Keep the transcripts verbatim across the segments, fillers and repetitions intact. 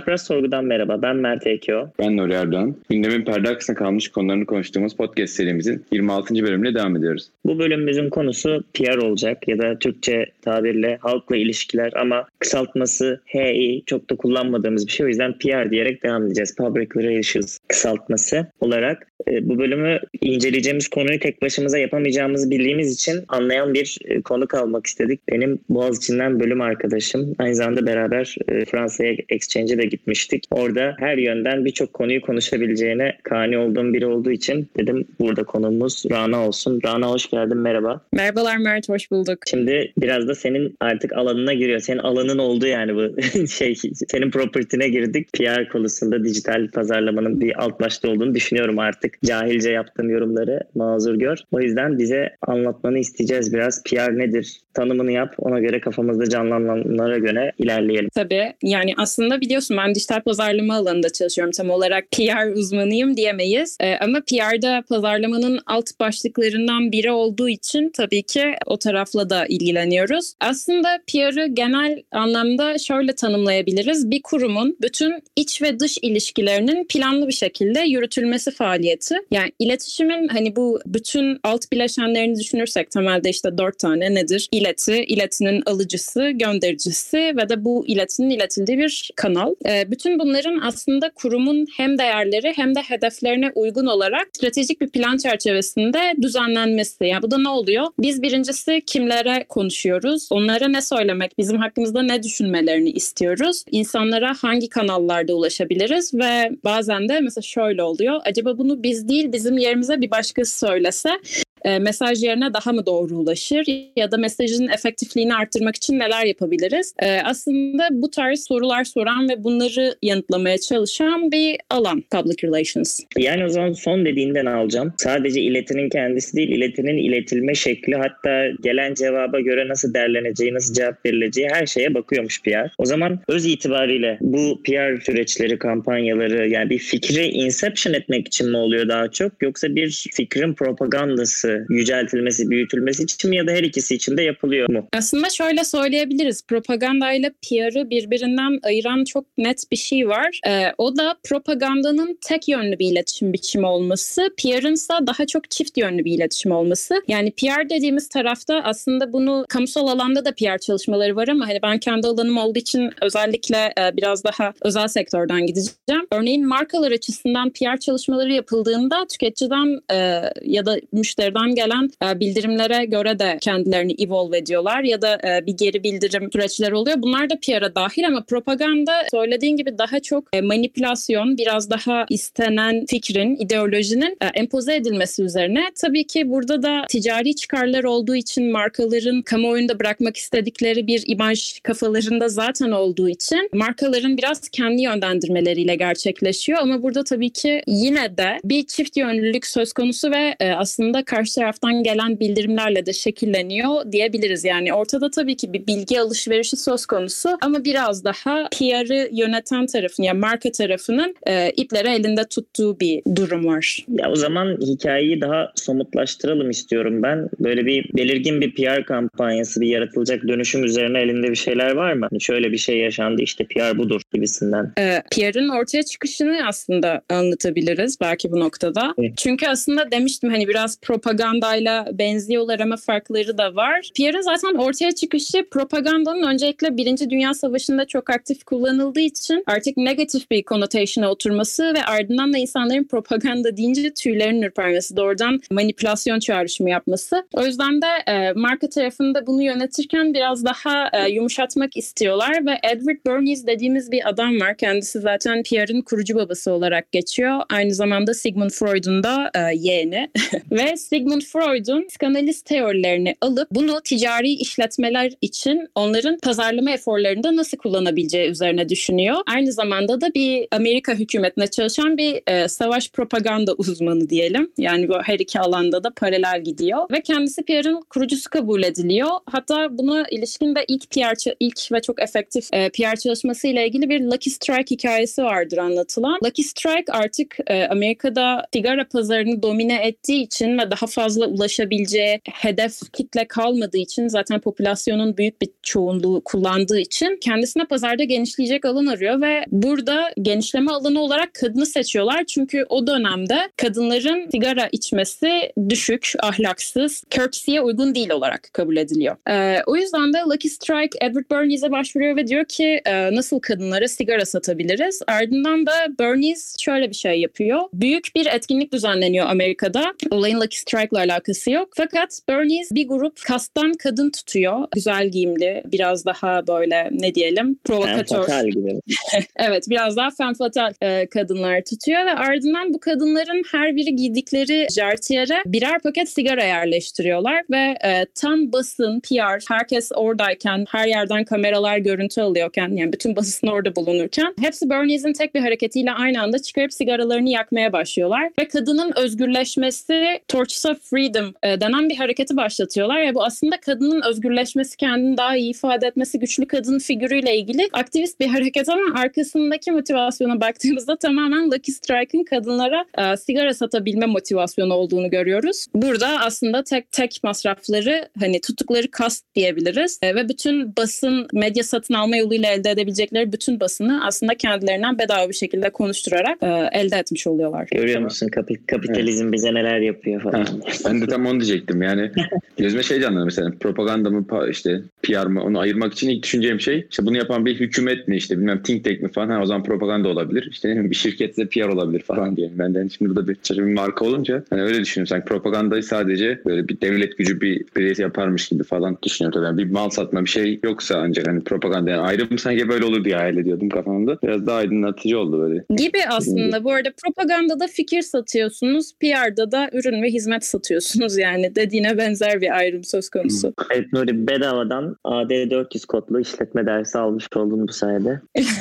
Çapraz Sorgu'dan merhaba. Ben Mert Ekeo. Ben Nuri Erdoğan. Gündemin perde arkasında kalmış konularını konuştuğumuz podcast serimizin yirmi altıncı bölümüne devam ediyoruz. Bu bölümümüzün konusu P R olacak ya da Türkçe tabirle halkla ilişkiler ama kısaltması H I çok da kullanmadığımız bir şey. O yüzden P R diyerek devam edeceğiz. Public Relations kısaltması olarak. Bu bölümü inceleyeceğimiz konuyu tek başımıza yapamayacağımızı bildiğimiz için anlayan bir konuk almak istedik. Benim Boğaziçi'nden bölüm arkadaşım. Aynı zamanda beraber Fransa'ya exchange'e de gitmiştik. Orada her yönden birçok konuyu konuşabileceğine kani olduğum biri olduğu için dedim burada konuğumuz Rana olsun. Rana hoş geldin, merhaba. Merhabalar Mert, hoş bulduk. Şimdi biraz da senin artık alanına giriyor. Senin alanın oldu yani bu şey, senin property'ne girdik. P R konusunda dijital pazarlamanın bir alt başlığı olduğunu düşünüyorum artık. Cahilce yaptığım yorumları mazur gör. O yüzden bize anlatmanı isteyeceğiz biraz. P R nedir? Tanımını yap. Ona göre kafamızda canlananlara göre ilerleyelim. Tabii. Yani aslında biliyorsun ben dijital pazarlama alanında çalışıyorum. Tam olarak P R uzmanıyım diyemeyiz. Ee, ama P R'da pazarlamanın alt başlıklarından biri olduğu için tabii ki o tarafla da ilgileniyoruz. Aslında P R'ı genel anlamda şöyle tanımlayabiliriz. Bir kurumun bütün iç ve dış ilişkilerinin planlı bir şekilde yürütülmesi faaliyeti. Yani iletişimin hani bu bütün alt bileşenlerini düşünürsek temelde işte dört tane nedir? İleti, iletinin alıcısı, göndericisi ve de bu iletinin iletildiği bir kanal. Ee, bütün bunların aslında kurumun hem değerleri hem de hedeflerine uygun olarak stratejik bir plan çerçevesinde düzenlenmesi. Yani bu da ne oluyor? Biz birincisi kimlere konuşuyoruz? Onlara ne söylemek, bizim hakkımızda ne düşünmelerini istiyoruz? İnsanlara hangi kanallarda ulaşabiliriz? Ve bazen de mesela şöyle oluyor. Acaba bunu biz değil bizim yerimize bir başkası söylese e, mesaj yerine daha mı doğru ulaşır? Ya da mesajın efektifliğini arttırmak için neler yapabiliriz? E, aslında bu tarz sorular soran ve bunları yanıtlamaya çalışan bir alan Public Relations. Yani o zaman son dediğinden alacağım. Sadece iletinin kendisi değil, iletinin iletilme şekli, hatta gelen cevaba göre nasıl derleneceği, nasıl cevap verileceği her şeye bakıyormuş P R. O zaman öz itibariyle bu P R süreçleri, kampanyaları yani bir fikri inception etmek için mi oluyor daha çok, yoksa bir fikrin propagandası, yüceltilmesi, büyütülmesi için mi ya da her ikisi için de yapılıyor mu? Aslında şöyle söyleyebiliriz. Propaganda ile P R'ı birbirinden ayıran çok net bir şey var. Ee, o da propagandanın tek yönlü bir iletişim biçimi olması, P R'ın ise daha çok çift yönlü bir iletişim olması. Yani P R dediğimiz tarafta aslında bunu kamusal alanda da P R çalışmaları var ama hani ben kendi alanım olduğu için özellikle e, biraz daha özel sektörden gideceğim. Örneğin markalar açısından P R çalışmaları yapıldığında tüketiciden e, ya da müşteriden gelen e, bildirimlere göre de kendilerini evolve ediyorlar ya da e, bir geri bildirim süreçleri oluyor. Bunlar da P R'a dahil ama propaganda söylediğin gibi daha çok e, manipülasyon, biraz daha istenen fikrin, ideolojinin e, empoze edilmesi üzerine. Tabii ki burada da ticari çıkarlar olduğu için markaların kamuoyunda bırakmak istedikleri bir imaj kafalarında zaten olduğu için markaların biraz kendi yönlendirmeleriyle gerçekleşiyor ama burada tabii ki yine de bir çift yönlülük söz konusu ve e, aslında karşı taraftan gelen bildirimlerle de şekilleniyor diyebiliriz. Yani ortada tabii ki bir bilgi alışverişi söz konusu ama biraz daha P R'ı yöneten tarafın yani marka tarafının e, ipleri elinde tuttuğu bir durum var. Ya o zaman hikayeyi daha somutlaştıralım istiyorum ben. Böyle bir belirgin bir P R kampanyası, bir yaratılacak dönüşüm üzerine elinde bir şeyler var mı? Hani şöyle bir şey yaşandı işte P R budur gibisinden. E, P R'ın ortaya çıkışını aslında anlatabiliriz belki bu noktada. Evet. Çünkü aslında demiştim hani biraz propagandayla benziyorlar ama farkları da var. P R'ın zaten ortaya çıkışı propagandanın öncelikle Birinci Dünya Savaşı'nda çok aktif kullanıldığı için artık negatif bir connotation'a oturması ve ardından da insanların propaganda deyince tüylerinin ürpermesi, doğrudan manipülasyon çağrışımı yapması. O yüzden de e, marka tarafında bunu yönetirken biraz daha e, yumuşatmak istiyorlar ve Edward Bernays dediğimiz bir adam var. Kendisi zaten P R'ın kurucu babası olarak geçiyor. Aynı zamanda Sigmund Freud'un da e, yeğeni. Ve Sigmund Freud'un psikanaliz teorilerini alıp bunu ticari işletmeler için onların pazarlama eforlarında nasıl kullanabileceği üzerine düşünüyor. Aynı zamanda da bir Amerika hükümetine çalışan bir e, savaş propaganda uzmanı diyelim. Yani bu her iki alanda da paralel gidiyor. Ve kendisi P R'ın kurucusu kabul ediliyor. Hatta buna ilişkin de ilk P R, ilk ve çok efektif e, P R çalışması ile ilgili bir Lucky Strike hikayesi vardır anlatılan. Lucky Strike artık e, Amerika'da sigara pazarını domine ettiği için ve daha fazla ulaşabileceği hedef kitle kalmadığı için, zaten popülasyonun büyük bir çoğunluğu kullandığı için kendisine pazarda genişleyecek alan arıyor ve burada genişleme alanı olarak kadını seçiyorlar. Çünkü o dönemde kadınların sigara içmesi düşük, ahlaksız, courtesy'ye uygun değil olarak kabul ediliyor. Ee, o yüzden de Lucky Strike Edward Bernays'e başvuruyor ve diyor ki e, nasıl kadınlara sigara satabiliriz? Ardından da Bernays şöyle bir şey yapıyor. Büyük bir etkinlik düzenleniyor Amerika'da. Olayın Lucky Strike'la alakası yok. Fakat Bernays bir grup kastan kadın tutuyor. Güzel giyimli, biraz daha böyle ne diyelim, provokatör. Evet, biraz daha femme fatale e, kadınlar tutuyor ve ardından bu kadınların her biri giydikleri jartiyere birer paket sigara yerleştiriyorlar ve e, tam basın, P R, herkes oradayken, her yerden kameralar görüntü alıyorken, yani bütün basın orada bulunurken hepsi Bernays'in tek bir hareketiyle aynı anda çıkarıp sigaralarını yakmaya başlıyorlar ve kadının özgürleşmesi, Torches of Freedom e, denen bir hareketi başlatıyorlar ve bu aslında kadının özgürleşmesi, kendini daha iyi ifade etmesi, güçlü kadın figürüyle ilgili aktivist bir hareket ama arkasındaki motivasyona baktığımızda tamamen Lucky Strike'ın kadınlara e, sigara satabilme motivasyonu olduğunu görüyoruz. Burada aslında tek tek masrafları, hani tuttukları kast diyebiliriz e, ve bütün basın, medya satın alma yoluyla elde edebilecekleri bütün basını aslında kendilerinden bedava bir şekilde konuşturarak e, elde etmiş oluyorlar. Görüyor musun Kap- kapitalizm evet. bize neler yapıyor falan. Ha, ben de tam onu diyecektim yani. Gözüme şey canlandı mesela, propaganda mı işte P R mı, onu ayırmak için ilk düşüneceğim şey işte bunu yapan bir hükümet mi, işte bilmem think tank mi falan, ha, o zaman propaganda olabilir. İşte ne bileyim, bir şirketse P R olabilir falan diye. Ben de şimdi burada bir, bir marka olunca hani öyle düşünüyorum. Sanki propagandayı sadece böyle bir devlet gücü bir birisi yaparmış gibi falan düşünüyorum. Yani bir mal satma bir şey yoksa ancak hani propaganda, yani ayrım sanki böyle olur diye hayal ediyordum kafamda. Biraz daha aydınlatıcı oldu böyle. Gibi aslında. Bu arada propagandada fikir satıyorsunuz, P R'da da ürün ve hizmet satıyorsunuz, yani dediğine benzer bir ayrım söz konusu. Evet, Nuri, bedavadan A D dört yüz kodlu işletme dersi almış oldun bu sayede.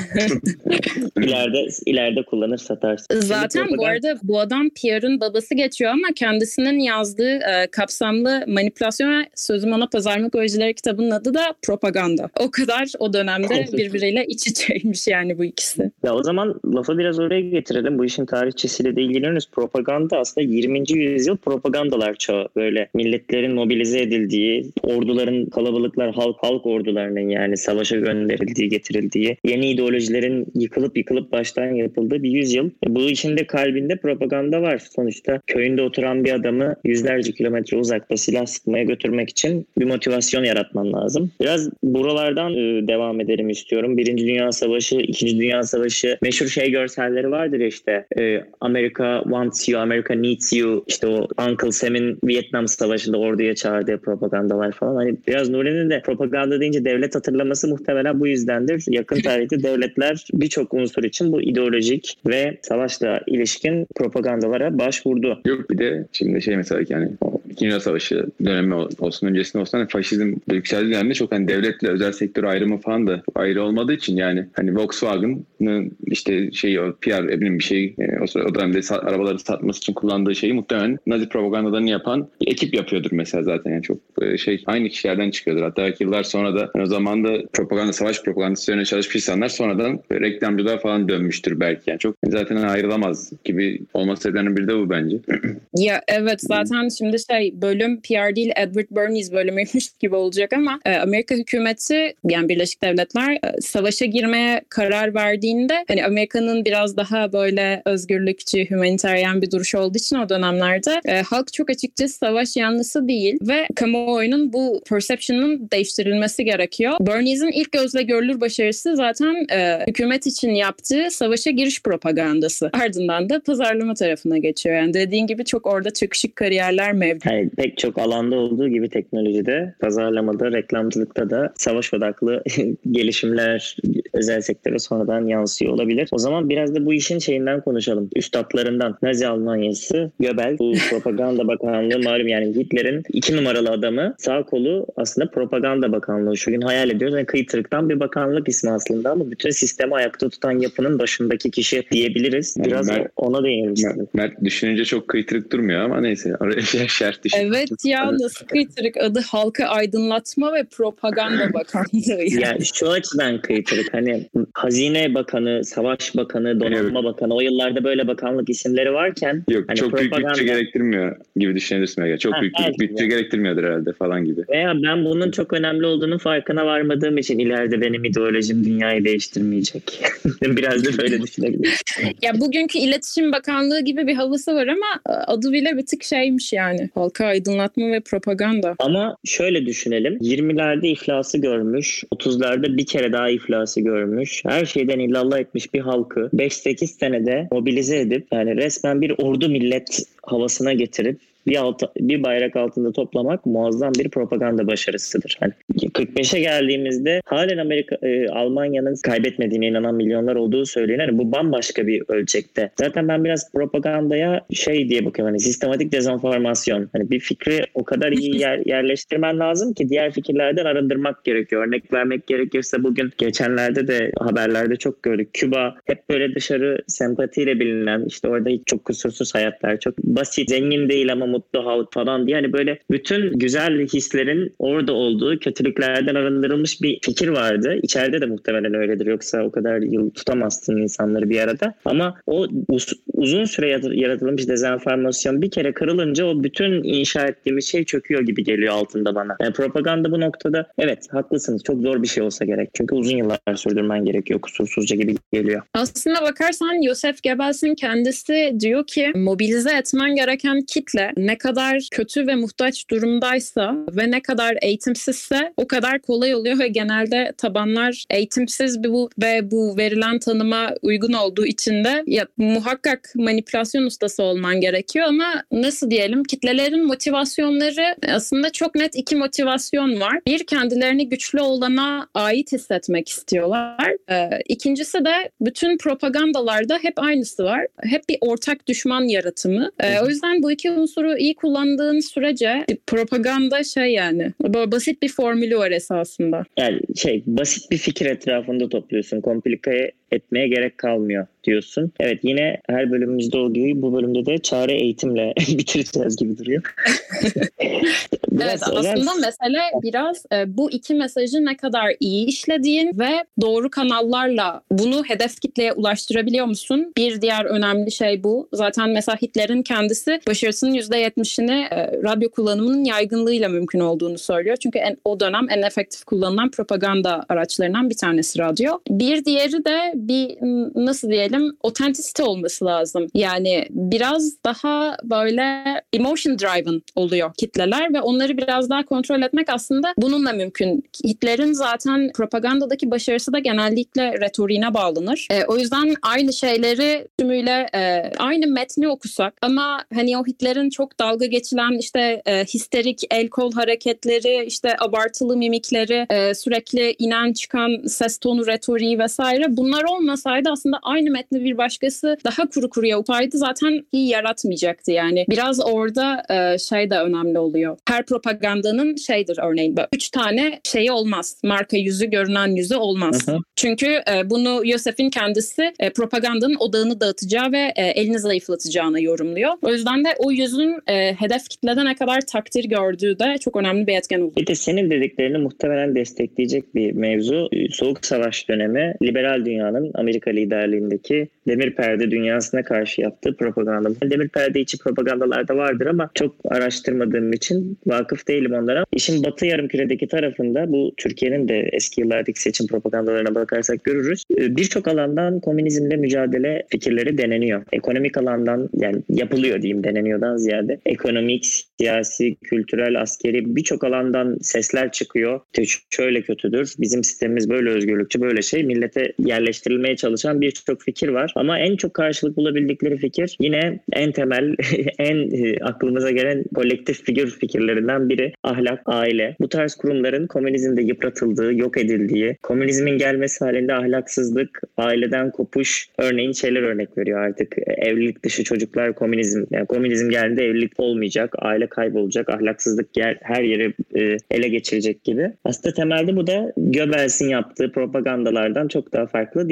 ileride ileride kullanır satarsın. Zaten propaganda... bu arada bu adam P R'ın babası geçiyor ama kendisinin yazdığı e, kapsamlı manipülasyon ve sözüm ona pazarlık öğrecileri kitabının adı da Propaganda. O kadar o dönemde birbiriyle iç içeymiş yani bu ikisi. Ya o zaman lafı biraz oraya getirelim. Bu işin tarihçesiyle de ilgileniyoruz. Propaganda aslında yirminci yüzyıl propagandalar çağı. Böyle milletlerin mobilize edildiği, orduların, kalabalıklar, halk halk ordularının yani savaşa gönderildiği, getirildiği, yeni ideolojilerin yıkılıp yıkılıp baştan yapıldığı bir yüzyıl. Bu işin de kalbinde propaganda var. Sonuçta köyünde oturan bir adamı yüzlerce kilometre uzakta silah sıkmaya götürmek için bir motivasyon yaratman lazım. Biraz buralardan e, devam edelim istiyorum. Birinci Dünya Savaşı, İkinci Dünya Savaşı, meşhur şey görselleri vardır işte. E, America wants you, America needs you. İşte o Uncle Sam'in Vietnam Savaşı'nda orduya çağırdığı propagandalar falan. Hani biraz Nuri'nin de propaganda deyince devlet hatırlaması muhtemelen bu yüzdendir. Yakın tarihte devletler birçok unsur için bu ideolojik ve savaşla ilişkin propagandalara başvurdu. Yok bir de şimdi şey mesela yani İkinci Dünya Savaşı dönemi olsun, öncesinde olsun, hani faşizm yükseldiği dönemde çok hani devletle özel sektör ayrımı falan da ayrı olmadığı için yani hani Volkswagen'ın işte şeyi o P R bir şey yani o, o dönemde sat, arabaları satması için kullandığı şeyi muhtemelen Nazi propagandalarını yapan bir ekip yapıyordur mesela zaten, yani çok şey aynı kişilerden çıkıyordur. Hatta belki yıllar sonra da yani o zaman da propaganda, savaş propagandası üzerine çalışmış insanlar sonradan reklamcılar falan dönmüştür belki. Yani çok zaten ayrılamaz gibi olması sebeplerinden biri de bu bence. Ya evet, zaten şimdi şey bölüm P R değil Edward Bernays bölümüymüş gibi olacak ama e, Amerika hükümeti, yani Birleşik Devletler e, savaşa girmeye karar verdiğinde hani Amerika'nın biraz daha böyle özgürlükçü, humanitarian bir duruş olduğu için o dönemlerde e, halk çok açıkçası savaş yanlısı değil ve kamuoyunun bu perception'ın değiştirilmesi gerekiyor. Bernays'in ilk gözle görülür başarısı zaten e, hükümet için yaptığı savaşa giriş propagandası. Ardından da pazarlama tarafına geçiyor. Yani dediğin gibi çok orada çakışık kariyerler mevcut. Yani pek çok alanda olduğu gibi teknolojide, pazarlamada, reklamcılıkta da savaş odaklı gelişimler özel sektöre sonradan yansıyor olabilir. O zaman biraz da bu işin şeyinden konuşalım. Üstadlarından. Nazi Almanyası, Göbel, bu propaganda bakanlığı malum, yani Hitler'in iki numaralı adamı, sağ kolu aslında propaganda bakanlığı. Şu gün hayal ediyoruz. Yani kıytırıktan bir bakanlık ismi aslında ama bütün sistemi ayakta tutan yapının başındaki kişi diyebiliriz. Biraz yani Mert, ona değinelim istedim. Mert düşününce çok kıytırık durmuyor ama neyse. Oraya şert düşün. Evet ya, nasıl kıytırık, adı halka aydınlatma ve propaganda bakanlığı. Yani. yani şu açıdan kıytırık. Hani hani Hazine Bakanı, Savaş Bakanı, Donanma evet. Bakanı, o yıllarda böyle bakanlık isimleri varken yok hani çok propaganda... büyük bütçe gerektirmiyor gibi düşünebilirsin. Çok ha, büyük evet, bütçe yani. gerektirmiyordur herhalde falan gibi. Veya ben bunun çok önemli olduğunu farkına varmadığım için ileride benim ideolojim dünyayı değiştirmeyecek. Biraz da böyle düşünebilirim. Ya bugünkü İletişim Bakanlığı gibi bir havası var ama adı bile bir tık şeymiş yani. Halka aydınlatma ve propaganda. Ama şöyle düşünelim. yirmilerde iflası görmüş, otuzlarda bir kere daha iflası görmüş. Her şeyden illallah etmiş bir halkı beş sekiz senede mobilize edip yani resmen bir ordu millet havasına getirip bir, altı, bir bayrak altında toplamak muazzam bir propaganda başarısıdır. Yani kırk beşe geldiğimizde halen Amerika, e, Almanya'nın kaybetmediğine inanan milyonlar olduğu söyleniyor. Yani bu bambaşka bir ölçekte. Zaten ben biraz propagandaya şey diye bakıyorum. Hani sistematik dezenformasyon. Hani bir fikri o kadar iyi yer, yerleştirmen lazım ki diğer fikirlerden arındırmak gerekiyor. Örnek vermek gerekirse bugün geçenlerde de haberlerde çok gördük. Küba hep böyle dışarı sempatiyle bilinen, işte orada hiç çok kusursuz hayatlar, çok basit, zengin değil ama mutlu halk falan diye hani böyle bütün güzel hislerin orada olduğu, kötülüklerden arındırılmış bir fikir vardı. İçeride de muhtemelen öyledir. Yoksa o kadar yıl tutamazsın insanları bir arada. Ama o uz- uzun süre yaratılmış dezenformasyon bir kere kırılınca o bütün inşa ettiğimiz şey çöküyor gibi geliyor altında bana. Yani propaganda bu noktada evet haklısınız. Çok zor bir şey olsa gerek. Çünkü uzun yıllar sürdürmen gerekiyor. Kusursuzca gibi geliyor. Aslında bakarsan Joseph Goebbels'in kendisi diyor ki mobilize etmen gereken kitle ne kadar kötü ve muhtaç durumdaysa ve ne kadar eğitimsizse o kadar kolay oluyor ve genelde tabanlar eğitimsiz bu ve bu verilen tanıma uygun olduğu için de ya, muhakkak manipülasyon ustası olman gerekiyor ama nasıl diyelim kitlelerin motivasyonları aslında çok net iki motivasyon var. Bir kendilerini güçlü olana ait hissetmek istiyorlar. Ee, ikincisi de bütün propagandalarda hep aynısı var. Hep bir ortak düşman yaratımı. Ee, o yüzden bu iki unsuru iyi kullandığın sürece propaganda şey yani böyle basit bir formülü var esasında. Yani şey basit bir fikir etrafında topluyorsun. Komplike etmeye gerek kalmıyor diyorsun. Evet yine her bölümümüzde olduğu gibi bu bölümde de çare eğitimle bitireceğiz gibi duruyor. biraz, evet aslında biraz... mesele biraz e, bu iki mesajı ne kadar iyi işlediğin ve doğru kanallarla bunu hedef kitleye ulaştırabiliyor musun? Bir diğer önemli şey bu. Zaten mesela Hitler'in kendisi başarısının yüzde yetmişini e, radyo kullanımının yaygınlığıyla mümkün olduğunu söylüyor. Çünkü en, o dönem en efektif kullanılan propaganda araçlarından bir tanesi radyo. Bir diğeri de bir nasıl diyelim authenticity olması lazım. Yani biraz daha böyle emotion driven oluyor kitleler ve onları biraz daha kontrol etmek aslında bununla mümkün. Hitler'in zaten propagandadaki başarısı da genellikle retoriğine bağlanır. E, o yüzden aynı şeyleri tümüyle e, aynı metni okusak ama hani o Hitler'in çok dalga geçilen işte e, histerik el kol hareketleri, işte abartılı mimikleri, e, sürekli inen çıkan ses tonu retoriği vesaire bunlar olmasaydı aslında aynı metni bir başkası daha kuru kuruya okusaydı zaten iyi yaratmayacaktı yani. Biraz orada e, şey de önemli oluyor. Her propagandanın şeydir örneğin böyle üç tane şeyi olmaz. Marka yüzü, görünen yüzü olmaz. Hı hı. Çünkü e, bunu Joseph'in kendisi e, propagandanın odağını dağıtacağı ve e, elini zayıflatacağına yorumluyor. O yüzden de o yüzün e, hedef kitlede ne kadar takdir gördüğü de çok önemli bir etken oluyor. Bir de senin dediklerini muhtemelen destekleyecek bir mevzu. Soğuk Savaş dönemi liberal dünyanın Amerika liderliğindeki demir perde dünyasına karşı yaptığı propaganda. Demir perde içi propagandalar da vardır ama çok araştırmadığım için vakıf değilim onlara. İşin Batı Yarımküre'deki tarafında bu Türkiye'nin de eski yıllardaki seçim propagandalarına bakarsak görürüz. Birçok alandan komünizmle mücadele fikirleri deneniyor. Ekonomik alandan yani yapılıyor diyeyim deneniyordan ziyade. Ekonomik, siyasi, kültürel, askeri birçok alandan sesler çıkıyor. Şöyle kötüdür. Bizim sistemimiz böyle özgürlükçü, böyle şey. Millete yerleştirilmeye çalışan birçok fikir var. Ama en çok karşılık bulabildikleri fikir yine en temel, en aklımıza gelen kolektif figür fikirlerinden biri ahlak, aile. Bu tarz kurumların komünizmde yıpratıldığı, yok edildiği, komünizmin gelmesi halinde ahlaksızlık, aileden kopuş örneğin şeyler örnek veriyor artık. Evlilik dışı çocuklar komünizm, yani komünizm geldiğinde evlilik olmayacak, aile kaybolacak, ahlaksızlık yer, her yeri e, ele geçirecek gibi. Aslında temelde bu da Goebbels'in yaptığı propagandalardan çok daha farklı değil.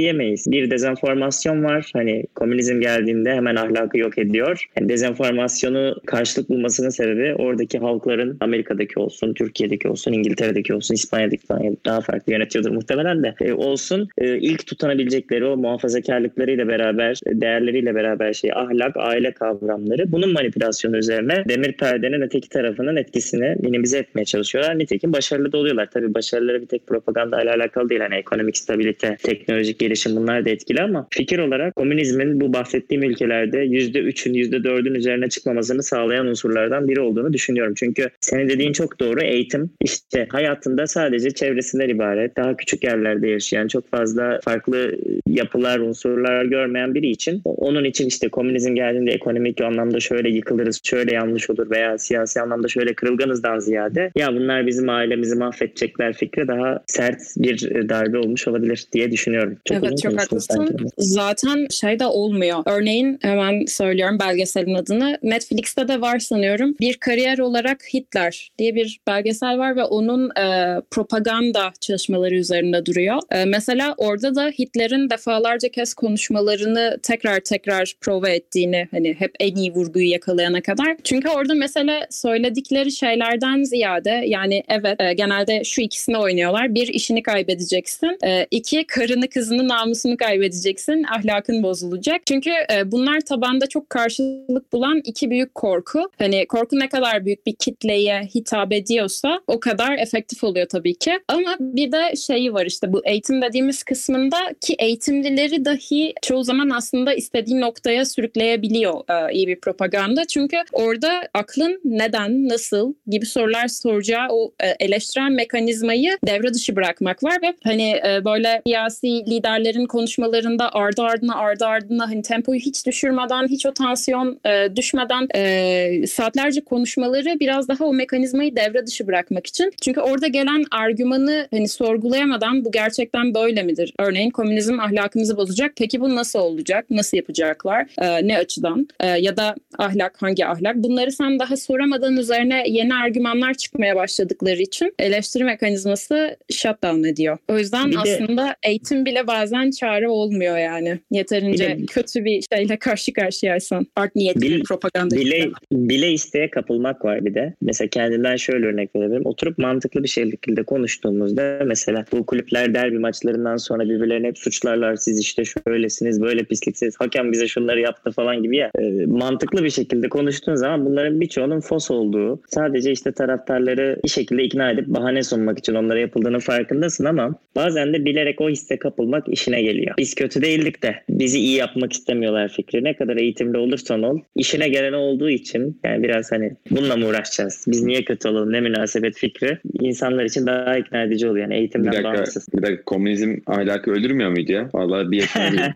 diyemeyiz. Bir dezenformasyon var. Hani komünizm geldiğinde hemen ahlakı yok ediyor. Yani dezenformasyonu karşılık bulmasının sebebi oradaki halkların Amerika'daki olsun, Türkiye'deki olsun, İngiltere'deki olsun, İspanya'daki falan daha farklı yönetiyordur muhtemelen de e, olsun. E, ilk tutanabilecekleri o muhafazakarlıklarıyla beraber, değerleriyle beraber şey ahlak, aile kavramları. Bunun manipülasyonu üzerine demir perdenin öteki tarafının etkisini minimize etmeye çalışıyorlar. Nitekim başarılı da oluyorlar. Tabii başarıları bir tek propaganda ile alakalı değil. Hani ekonomik stabilite, teknolojik gelişim bunlar da etkili ama fikir olarak komünizmin bu bahsettiğim ülkelerde yüzde üçün, yüzde dördün üzerine çıkmamasını sağlayan unsurlardan biri olduğunu düşünüyorum. Çünkü senin dediğin çok doğru. Eğitim işte hayatında sadece çevresinden ibaret. Daha küçük yerlerde yaşayan, çok fazla farklı yapılar, unsurlar görmeyen biri için onun için işte komünizm geldiğinde ekonomik anlamda şöyle yıkılırız, şöyle yanlış olur veya siyasi anlamda şöyle kırılganızdan ziyade ya bunlar bizim ailemizi mahvedecekler fikri daha sert bir darbe olmuş olabilir diye düşünüyorum. Çok evet çok haklısın. Zaten şey de olmuyor. Örneğin hemen söylüyorum belgeselin adını. Netflix'te de var sanıyorum. Bir kariyer olarak Hitler diye bir belgesel var ve onun e, propaganda çalışmaları üzerinde duruyor. E, mesela orada da Hitler'in defalarca kez konuşmalarını tekrar tekrar prova ettiğini hani hep en iyi vurguyu yakalayana kadar. Çünkü orada mesela söyledikleri şeylerden ziyade yani evet e, genelde şu ikisini oynuyorlar. Bir, işini kaybedeceksin. E, iki, karını kızını namusunu kaybedeceksin. Ahlakın bozulacak. Çünkü e, bunlar tabanda çok karşılık bulan iki büyük korku. Hani korku ne kadar büyük bir kitleye hitap ediyorsa o kadar efektif oluyor tabii ki. Ama bir de şeyi var işte bu eğitim dediğimiz kısmında ki eğitimlileri dahi çoğu zaman aslında istediği noktaya sürükleyebiliyor e, iyi bir propaganda. Çünkü orada aklın neden, nasıl gibi sorular soracağı o e, eleştiren mekanizmayı devre dışı bırakmak var ve hani e, böyle siyasi liderlerin konuşmalarında ardı ardına ardı ardına hani tempoyu hiç düşürmeden, hiç o tansiyon e, düşmeden e, saatlerce konuşmaları biraz daha o mekanizmayı devre dışı bırakmak için. Çünkü orada gelen argümanı hani sorgulayamadan bu gerçekten böyle midir? Örneğin komünizm ahlakımızı bozacak. Peki bu nasıl olacak? Nasıl yapacaklar? E, ne açıdan? E, ya da ahlak hangi ahlak? Bunları sen daha soramadan üzerine yeni argümanlar çıkmaya başladıkları için eleştiri mekanizması shutdown ediyor. O yüzden bir aslında de, eğitim bile bazen çare olmuyor yani. Yeterince bir kötü bir şeyle karşı karşıyaysan. Art niyetli bil, propaganda. Bile, bile isteye kapılmak var bir de. Mesela kendimden şöyle örnek verebilirim. Oturup mantıklı bir şekilde konuştuğumuzda mesela bu kulüpler derbi maçlarından sonra birbirlerini hep suçlarlar. Siz işte şöylesiniz, böyle pisliksiniz. Hakem bize şunları yaptı falan gibi ya. E, mantıklı bir şekilde konuştuğun zaman bunların birçoğunun fos olduğu, sadece işte taraftarları bir şekilde ikna edip bahane sunmak için onlara yapıldığının farkındasın ama bazen de bilerek o hisse kapılmak işine geliyor. Biz kötü değildik de bizi iyi yapmak istemiyorlar fikri. Ne kadar eğitimli olursan ol, işine gelen olduğu için yani biraz hani bununla mı uğraşacağız? Biz niye kötü olalım? Ne münasebet fikri insanlar için daha ikna edici oluyor. Yani eğitimden bir dakika, bağımsız. Bir dakika komünizm ahlakı öldürmüyor muydu ya? Vallahi bir yaşına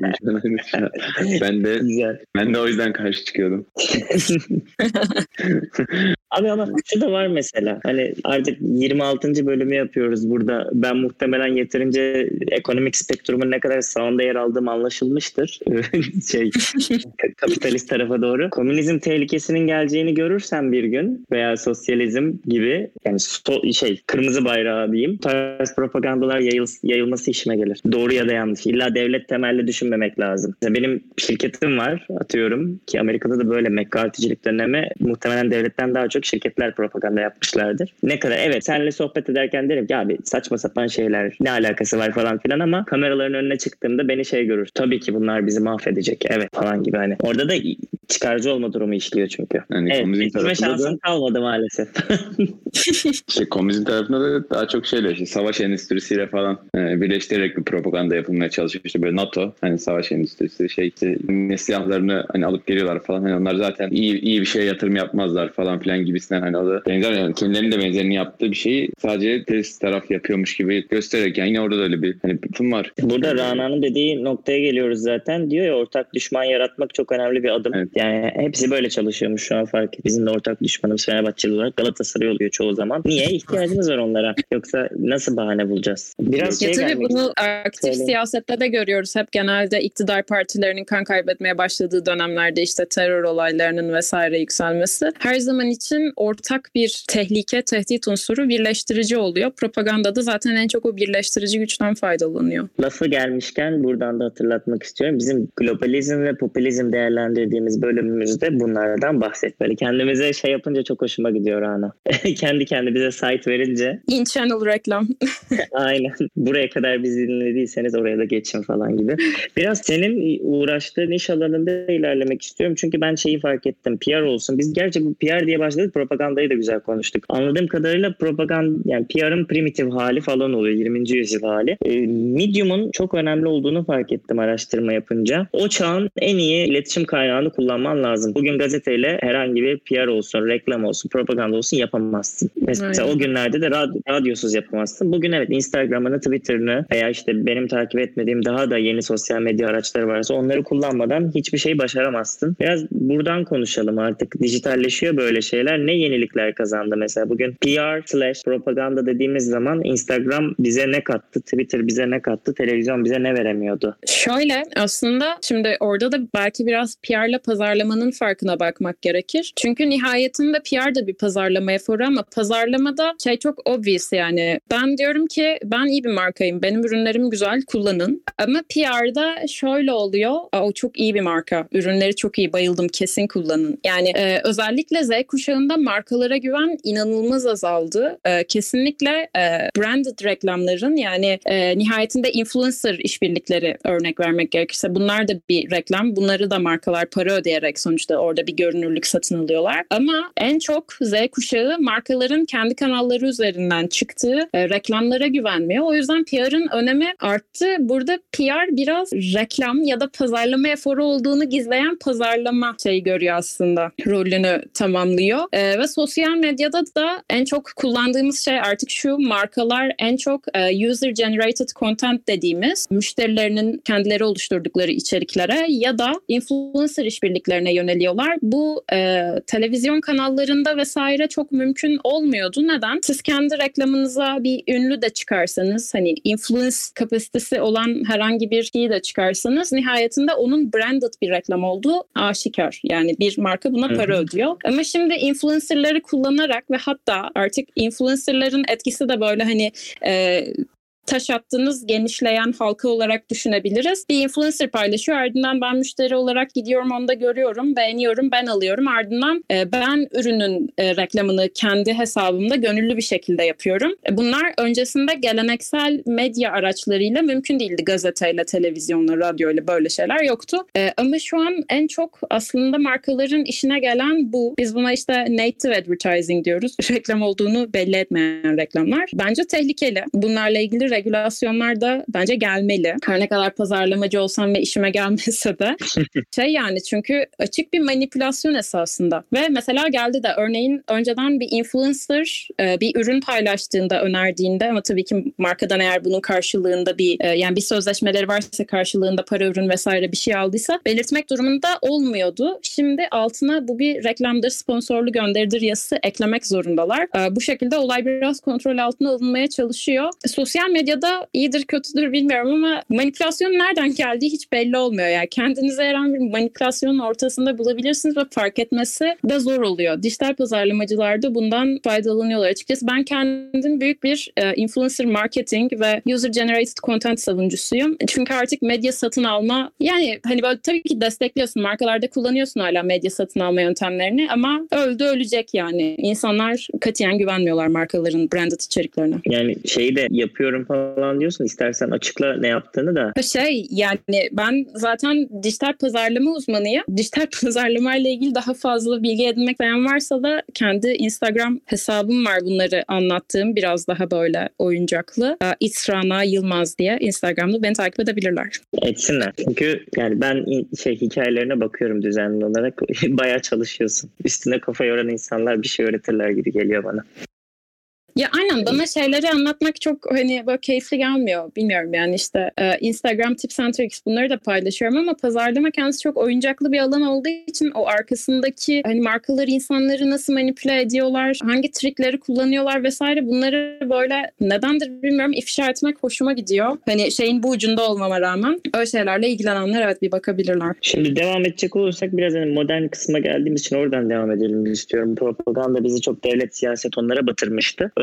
ben de Güzel. ben de o yüzden karşı çıkıyordum. Abi ama şu da var mesela. Hani artık yirmi altıncı bölümü yapıyoruz burada. Ben muhtemelen yeterince ekonomik spektrumun ne kadar sağında yer aldığım anlaşılmıştır. şey kapitalist tarafa doğru. Komünizm tehlikesinin geleceğini görürsem bir gün veya sosyalizm gibi yani so- şey kırmızı bayrağı diyeyim. Bu tarz propagandalar yayıl- yayılması işime gelir. Doğru ya da yanlış. İlla devlet temelli düşünmemek lazım. Mesela benim şirketim var atıyorum ki Amerika'da da böyle McCarthy'cilik dönemi muhtemelen devletten daha çok şirketler propaganda yapmışlardır. Ne kadar evet senle sohbet ederken derim ki abi saçma sapan şeyler ne alakası var falan filan ama kameraların önüne çıktığımda beni şey görür. Tabii ki bunlar bizi mahvedecek. Evet falan gibi hani. Orada da çıkarcı olma durumu işliyor çünkü. Yani evet, komünizm tarafında şansım da kalmadı maalesef. işte komünizm tarafında da daha çok şeyler işte savaş endüstrisiyle falan e, birleştirerek bir propaganda yapılmaya çalışıyor. İşte böyle NATO hani savaş endüstrisi şey işte silahlarını hani alıp geliyorlar falan. Hani onlar zaten iyi iyi bir şeye yatırım yapmazlar falan filan gibisinden hani o da benzer yani kendilerinin de benzerini yaptığı bir şeyi sadece ters taraf yapıyormuş gibi göstererek yani yine orada da öyle bir hani bütün var. Burada Rana'nın dediği noktaya geliyoruz zaten. Diyor ya ortak düşman yaratmak çok önemli bir adım. Evet. Yani hepsi böyle çalışıyormuş şu an fark et. Bizim de ortak düşmanımız Fenerbahçeli olarak Galatasaray oluyor çoğu zaman. Niye? İhtiyacımız var onlara. Yoksa nasıl bahane bulacağız? Biraz ya şey tabii bunu aktif Söyle. Siyasette de görüyoruz. Hep genelde iktidar partilerinin kan kaybetmeye başladığı dönemlerde işte terör olaylarının vesaire yükselmesi. Her zaman için ortak bir tehlike, tehdit unsuru birleştirici oluyor. Propagandada zaten en çok o birleştirici güçten faydalanıyor. Lafı gelmişken buradan da hatırlatmak istiyorum. Bizim globalizm ve popülizm değerlendirdiğimiz bölümümüzde bunlardan bahset. Böyle kendimize şey yapınca çok hoşuma gidiyor Rana. Kendi kendi bize site verince. In-channel reklam. Aynen. Buraya kadar bizi dinlediyseniz oraya da geçin falan gibi. Biraz senin uğraştığın iş alanında ilerlemek istiyorum. Çünkü ben şeyi fark ettim. P R olsun. Biz gerçi bu P R diye başladık. Propagandayı da güzel konuştuk. Anladığım kadarıyla propaganda, yani P R'ın primitif hali falan oluyor. yirminci yüzyıl hali. E, Medium'un çok önemli olduğunu fark ettim araştırma yapınca. O çağın en iyi iletişim kaynağını kullanman lazım. Bugün gazeteyle herhangi bir P R olsun, reklam olsun, propaganda olsun yapamazsın. Mesela Aynen. O günlerde de radyo, radyosuz yapamazsın. Bugün evet Instagram'ını, Twitter'ını veya işte benim takip etmediğim daha da yeni sosyal medya araçları varsa onları kullanmadan hiçbir şey başaramazsın. Biraz buradan konuşalım artık. Dijitalleşiyor böyle şeyler. Ne yenilikler kazandı mesela? Bugün P R slash propaganda dediğimiz zaman Instagram bize ne kattı? Twitter bize ne kattı? Televizyon bize ne veremiyordu? Şöyle aslında şimdi orada da belki biraz P R'la pazarlamanın farkına bakmak gerekir. Çünkü nihayetinde P R da bir pazarlama eforu ama pazarlamada şey çok obvious yani. Ben diyorum ki ben iyi bir markayım. Benim ürünlerim güzel, kullanın. Ama P R'da şöyle oluyor. O çok iyi bir marka. Ürünleri çok iyi, bayıldım, kesin kullanın. Yani e, özellikle Z kuşağında markalara güven inanılmaz azaldı. E, kesinlikle e, branded reklamların yani e, nihayetinde influencer işbirlikleri örnek vermek gerekirse bunlar da bir reklam. Bunları da markalar para ödeyerek sonuçta orada bir görünürlük satın alıyorlar. Ama en çok Z kuşağı markaların kendi kanalları üzerinden çıktığı e, reklamlara güvenmiyor. O yüzden P R'ın önemi arttı. Burada P R biraz reklam ya da pazarlama eforu olduğunu gizleyen pazarlama şeyi görüyor aslında. Rolünü tamamlıyor. E, ve sosyal medyada da en çok kullandığımız şey artık şu: markalar en çok e, user generated content dediğimiz müşterilerinin kendileri oluşturdukları içeriklere ya da influencer işbirliklerine yöneliyorlar. Bu e, televizyon kanallarında vesaire çok mümkün olmuyordu. Neden? Siz kendi reklamınıza bir ünlü de çıkarsanız, hani influence kapasitesi olan herhangi bir şeyi de çıkarsanız nihayetinde onun branded bir reklam olduğu aşikar. Yani bir marka buna para ödüyor. Ama şimdi influencerları kullanarak ve hatta artık influencerların etkisi de böyle hani e, taş attığınız genişleyen halka olarak düşünebiliriz. Bir influencer paylaşıyor. Ardından ben müşteri olarak gidiyorum, onu da görüyorum, beğeniyorum, ben alıyorum. Ardından e, ben ürünün e, reklamını kendi hesabımda gönüllü bir şekilde yapıyorum. E, bunlar öncesinde geleneksel medya araçlarıyla mümkün değildi. Gazeteyle, televizyonla, radyoyla böyle şeyler yoktu. E, ama şu an en çok aslında markaların işine gelen bu. Biz buna işte native advertising diyoruz. Reklam olduğunu belli etmeyen reklamlar. Bence tehlikeli. Bunlarla ilgili regülasyonlar da bence gelmeli. Her ne kadar pazarlamacı olsam ve işime gelmese de şey yani çünkü açık bir manipülasyon esasında. Ve mesela geldi de örneğin önceden bir influencer bir ürün paylaştığında, önerdiğinde ama tabii ki markadan eğer bunun karşılığında bir yani bir sözleşmeleri varsa karşılığında para, ürün vesaire bir şey aldıysa belirtmek durumunda olmuyordu. Şimdi altına bu bir reklamdır, sponsorlu gönderidir yazısı eklemek zorundalar. Bu şekilde olay biraz kontrol altına alınmaya çalışıyor. Sosyal medya ya da iyidir kötüdür bilmiyorum ama manipülasyon nereden geldiği hiç belli olmuyor. Yani kendinize herhangi bir manipülasyonun ortasında bulabilirsiniz ve fark etmesi de zor oluyor. Dijital pazarlamacılar da bundan faydalanıyorlar. Açıkçası ben kendim büyük bir e, influencer marketing ve user generated content savuncusuyum. Çünkü artık medya satın alma yani hani böyle tabii ki destekliyorsun. Markalarda kullanıyorsun hala medya satın alma yöntemlerini ama öldü ölecek yani. İnsanlar katiyen güvenmiyorlar markaların branded içeriklerine. Yani şeyi de yapıyorum falan diyorsun. İstersen açıkla ne yaptığını da. Şey yani ben zaten dijital pazarlama uzmanıyım. Dijital pazarlama ile ilgili daha fazla bilgi edinmek isteyen varsa da kendi Instagram hesabım var bunları anlattığım. Biraz daha böyle oyuncaklı. It's Rana Yılmaz diye Instagram'da beni takip edebilirler. Etsinler. Çünkü yani ben şey hikayelerine bakıyorum düzenli olarak. Bayağı çalışıyorsun. Üstüne kafa yoran insanlar bir şey öğretirler gibi geliyor bana. Ya aynen bana şeyleri anlatmak çok hani böyle keyifli gelmiyor. Bilmiyorum yani işte e, Instagram Tips and Tricks bunları da paylaşıyorum ama pazarlama kendisi çok oyuncaklı bir alan olduğu için o arkasındaki hani markaları insanları nasıl manipüle ediyorlar, hangi trikleri kullanıyorlar vesaire bunları böyle nedendir bilmiyorum ifşa etmek hoşuma gidiyor. Hani şeyin bu ucunda olmama rağmen öyle şeylerle ilgilenenler evet bir bakabilirler. Şimdi devam edecek olursak biraz hani modern kısma geldiğimiz için oradan devam edelim istiyorum. Propaganda bizi çok devlet siyaset onlara batırmıştı.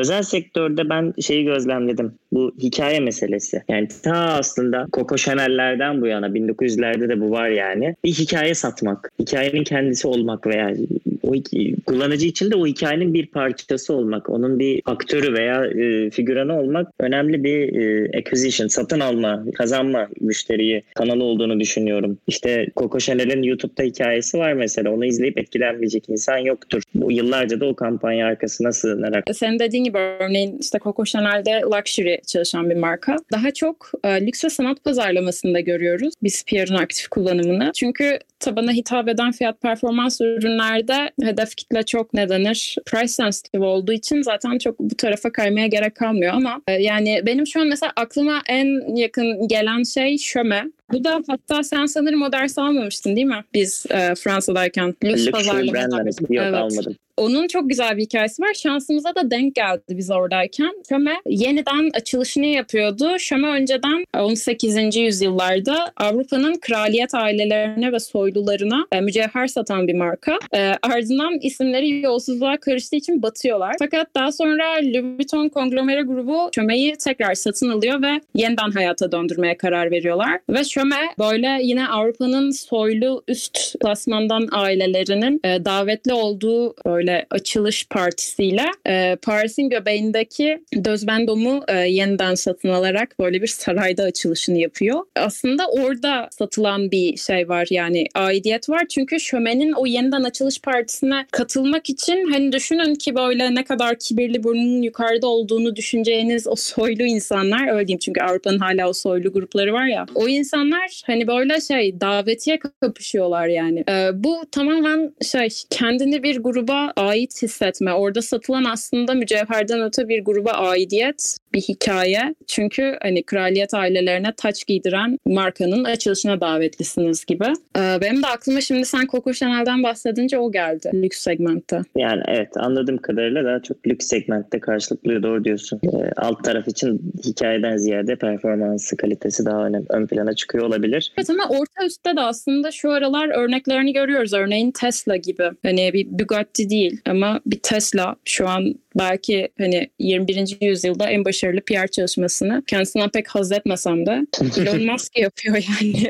özel sektörde ben şeyi gözlemledim. Bu hikaye meselesi. Yani ta aslında Coco Chanel'lerden bu yana bin dokuz yüzlerde de bu var yani. Bir hikaye satmak. Hikayenin kendisi olmak veya o kullanıcı için de o hikayenin bir parçası olmak. Onun bir aktörü veya e, figüranı olmak önemli bir e, acquisition, satın alma, kazanma müşteriyi kanalı olduğunu düşünüyorum. İşte Coco Chanel'in YouTube'da hikayesi var mesela. Onu izleyip etkilenmeyecek insan yoktur. Bu yıllarca da o kampanya arkasına sığınarak. Senin dediğin gibi örneğin işte Coco Chanel'de luxury çalışan bir marka. Daha çok e, lüks ve sanat pazarlamasında görüyoruz biz P R'ın aktif kullanımını. Çünkü tabana hitap eden fiyat performans ürünlerde hedef kitle çok ne denir? Price sensitive olduğu için zaten çok bu tarafa kaymaya gerek kalmıyor ama e, yani benim şu an mesela aklıma en yakın gelen şey Şöme. Bu da hatta sen sanırım o dersi almamıştın değil mi? Biz e, Fransa'dayken. Lüks pazarlama. Yok evet. Almadım. Onun çok güzel bir hikayesi var. Şansımıza da denk geldi biz oradayken. Şöme yeniden açılışını yapıyordu. Şöme önceden on sekizinci yüzyıllarda Avrupa'nın kraliyet ailelerine ve soylularına e, mücevher satan bir marka. E, ardından isimleri yolsuzluğa karıştığı için batıyorlar. Fakat daha sonra Louis Vuitton konglomere grubu Şöme'yi tekrar satın alıyor ve yeniden hayata döndürmeye karar veriyorlar. Ve Şöme böyle yine Avrupa'nın soylu üst klasmandan ailelerinin e, davetli olduğu böyle açılış partisiyle e, Paris'in göbeğindeki Dözbendom'u e, yeniden satın alarak böyle bir sarayda açılışını yapıyor. Aslında orada satılan bir şey var yani aidiyet var. Çünkü Şöme'nin o yeniden açılış partisine katılmak için hani düşünün ki böyle ne kadar kibirli burnunun yukarıda olduğunu düşüneceğiniz o soylu insanlar öyle diyeyim çünkü Avrupa'nın hala o soylu grupları var ya o insanlar hani böyle şey davetiye kapışıyorlar yani. E, bu tamamen şey kendini bir gruba ait hissetme. Orada satılan aslında mücevherden öte bir gruba aidiyet, bir hikaye. Çünkü hani kraliyet ailelerine taç giydiren markanın açılışına davetlisiniz gibi. Ee, benim de aklıma şimdi sen Coco Chanel'den bahsedince o geldi. Lüks segmentte. Yani evet anladığım kadarıyla daha çok lüks segmentte karşılıklıyor doğru diyorsun. Ee, alt taraf için hikayeden ziyade performansı, kalitesi daha önemli, ön plana çıkıyor olabilir. Evet ama orta üstte de aslında şu aralar örneklerini görüyoruz. Örneğin Tesla gibi. Hani bir Bugatti değil ama bir Tesla şu an belki hani yirmi birinci yüzyılda en başarılı P R çalışmasını kendisinden pek haz etmesem de Elon Musk yapıyor yani.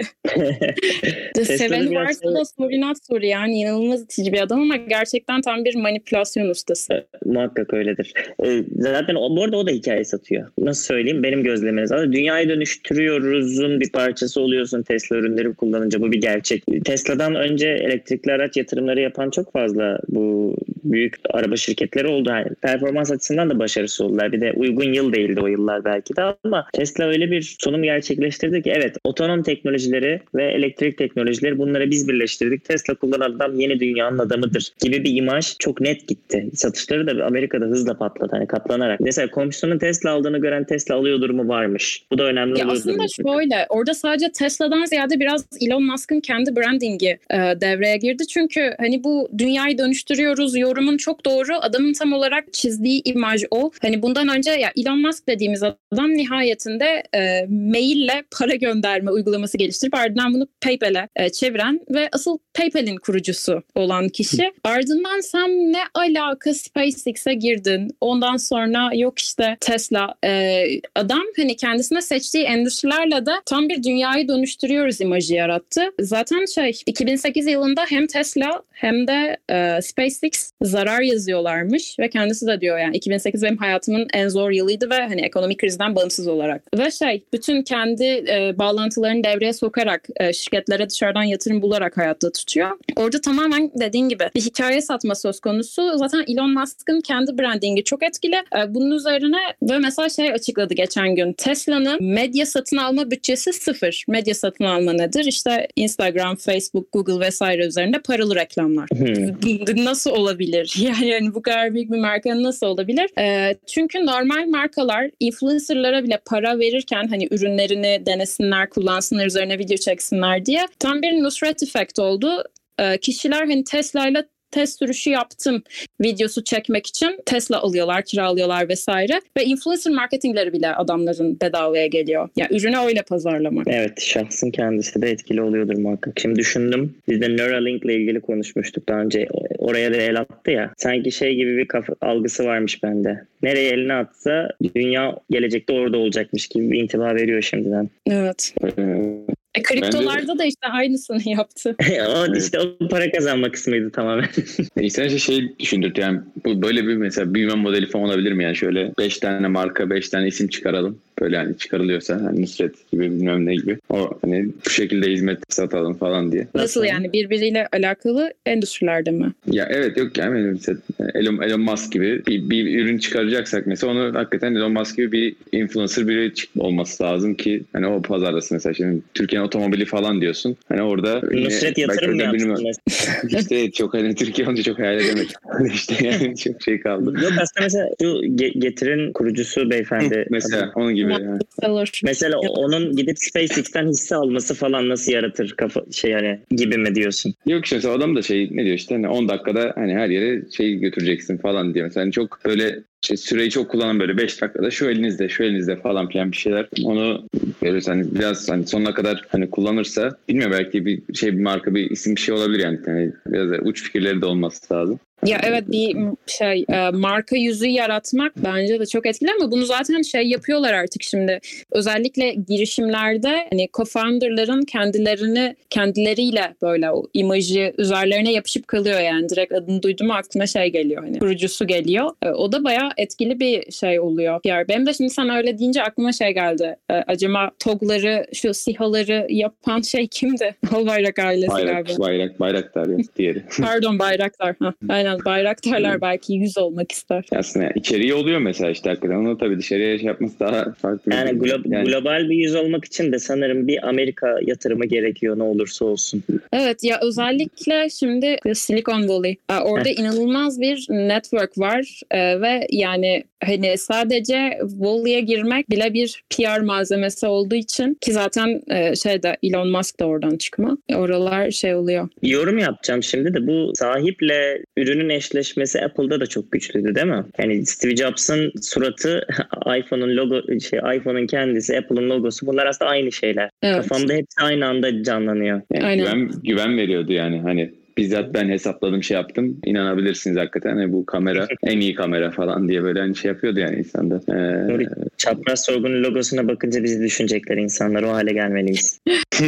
Seveni varsa da sorinat soru yani inanılmaz itici bir adam ama gerçekten tam bir manipülasyon ustası. Muhakkak öyledir. Ee, zaten o, bu arada o da hikaye satıyor. Nasıl söyleyeyim benim gözlemim. Zaten dünyayı dönüştürüyoruz'un bir parçası oluyorsun Tesla ürünleri kullanınca bu bir gerçek. Tesla'dan önce elektrikli araç yatırımları yapan çok fazla bu büyük araba şirketleri oldu. Yani performans açısından da başarısı oldular. Bir de uygun yıl değildi o yıllar belki de ama Tesla öyle bir sunum gerçekleştirdi ki evet otonom teknolojileri ve elektrik teknolojileri bunları biz birleştirdik. Tesla kullanan adam yeni dünyanın adamıdır gibi bir imaj çok net gitti. Satışları da Amerika'da hızla patladı. Hani katlanarak. Mesela komşusunun Tesla aldığını gören Tesla alıyor durumu varmış. Bu da önemli. Ya aslında şöyle orada sadece Tesla'dan ziyade biraz Elon Musk'ın kendi brandingi e, devreye girdi. Çünkü hani bu dünyayı dönüştürüyoruz yorumun çok doğru. Adamın tam olarak çizdiği imaj o. Hani bundan önce ya Elon Musk dediğimiz adam nihayetinde e, maille para gönderme uygulaması geliştirip ardından bunu PayPal'e e, çeviren ve asıl PayPal'in kurucusu olan kişi. Ardından sen ne alaka SpaceX'e girdin. Ondan sonra yok işte Tesla. E, adam hani kendisine seçtiği endüstrilerle de tam bir dünyayı dönüştürüyoruz imajı yarattı. Zaten şey iki bin sekiz yılında hem Tesla hem de e, SpaceX zarar yazıyorlarmış ve kendisi de diyor yani iki bin sekiz benim hayatımın en zor yılıydı ve hani ekonomik krizden bağımsız olarak. Ve şey bütün kendi e, bağlantılarını devreye sokarak e, şirketlere dışarıdan yatırım bularak hayatta tutuyor. Orada tamamen dediğin gibi bir hikaye satma söz konusu. Zaten Elon Musk'ın kendi brandingi çok etkili. E, bunun üzerine ve mesela şey açıkladı geçen gün. Tesla'nın medya satın alma bütçesi sıfır. Medya satın alma nedir? İşte Instagram, Facebook, Google vesaire üzerinde paralı reklamlar. Hmm. Nasıl olabilir? Yani, yani bu kadar büyük bir marka nasıl olabilir? E, çünkü normal markalar influencerlara bile para verirken hani ürünlerini denesinler, kullansınlar, üzerine video çeksinler diye tam bir Nusret efekt oldu. E, kişiler hani Tesla'yla test sürüşü yaptım videosu çekmek için Tesla alıyorlar, kiralıyorlar vesaire. Ve influencer marketingleri bile adamların bedavaya geliyor. Yani ürünü öyle pazarlamak. Evet, şahsın kendisi de etkili oluyordur muhakkak. Şimdi düşündüm. Biz de Neuralink ile ilgili konuşmuştuk daha önce. Oraya da el attı ya. Sanki şey gibi bir kafa algısı varmış bende. Nereye elini atsa dünya gelecekte orada olacakmış gibi bir intiba veriyor şimdiden. Evet. E, kriptolarda de... da işte aynısını yaptı. o işte o para kazanma kısmıydı tamamen. İnsan işte şey düşündürtü yani bu böyle bir mesela büyüme modeli falan olabilir mi yani şöyle beş tane marka beş tane isim çıkaralım. Böyle hani çıkarılıyorsa hani Nusret gibi bilmem ne gibi. O hani bu şekilde hizmet satalım falan diye. Nasıl yani birbiriyle alakalı endüstrilerde mi? Ya evet yok yani mesela Elon, Elon Musk gibi bir, bir ürün çıkaracaksak mesela onu hakikaten Elon Musk gibi bir influencer biri olması lazım ki hani o pazardasın mesela şimdi Türkiye'nin otomobili falan diyorsun. Hani orada Nusret yatırım mı yapsın? İşte çok hani Türkiye olunca çok hayal edemedim. İşte yani çok şey kaldı. Yok aslında mesela şu Getir'in kurucusu beyefendi. Mesela onun gibi. Yani. Mesela onun gidip SpaceX'ten hisse alması falan nasıl yaratır kafa şey hani gibi mi diyorsun? Yok işte mesela adam da şey ne diyor işte hani on dakikada hani her yere şey götüreceksin falan diyor. Mesela hani çok böyle şey, süreyi çok kullanan böyle beş dakikada şu elinizde şu elinizde falan filan bir şeyler. Onu böyle hani biraz hani sonuna kadar hani kullanırsa bilmiyorum belki bir şey bir marka bir isim bir şey olabilir yani. yani biraz da uç fikirleri de olması lazım. Ya evet bir şey marka yüzü yaratmak bence de çok etkili ama bunu zaten şey yapıyorlar artık şimdi. Özellikle girişimlerde hani co-founder'ların kendilerini kendileriyle böyle o imajı üzerlerine yapışıp kalıyor yani. Direkt adını duydum aklıma şey geliyor hani kurucusu geliyor. O da bayağı etkili bir şey oluyor. Yani benim de şimdi sen öyle deyince aklıma şey geldi. Acaba TOG'ları şu SİHA'ları yapan şey kimdi? Albayrak ailesi Bayrak, galiba. Bayrak, Bayraktar ya diğeri. Pardon Bayraktar. Ha, aynen. Bayraktarlar belki yüz olmak ister. Aslında içeriği oluyor mesela işte hakikaten. Onu tabii dışarıya şey yapması daha farklı. Yani, glo- yani global bir yüz olmak için de sanırım bir Amerika yatırımı gerekiyor ne olursa olsun. Evet ya özellikle şimdi Silicon Valley. Orada inanılmaz bir network var ee, ve yani hani sadece Valley'e girmek bile bir P R malzemesi olduğu için ki zaten e, şeyde Elon Musk da oradan çıkma. Oralar şey oluyor. Yorum yapacağım şimdi de bu sahiple ürünün eşleşmesi Apple'da da çok güçlüydü değil mi? Yani Steve Jobs'ın suratı, iPhone'un logo, şey iPhone'un kendisi, Apple'ın logosu bunlar aslında aynı şeyler. Evet. Kafamda hepsi aynı anda canlanıyor. Yani Aynen. Güven, güven veriyordu yani hani. Bizzat ben hesapladım şey yaptım. İnanabilirsiniz hakikaten. Yani bu kamera en iyi kamera falan diye böyle hani şey yapıyordu yani insanda. Ee... Çapraz sorgunun logosuna bakınca bizi düşünecekler insanlar. O hale gelmeliyiz.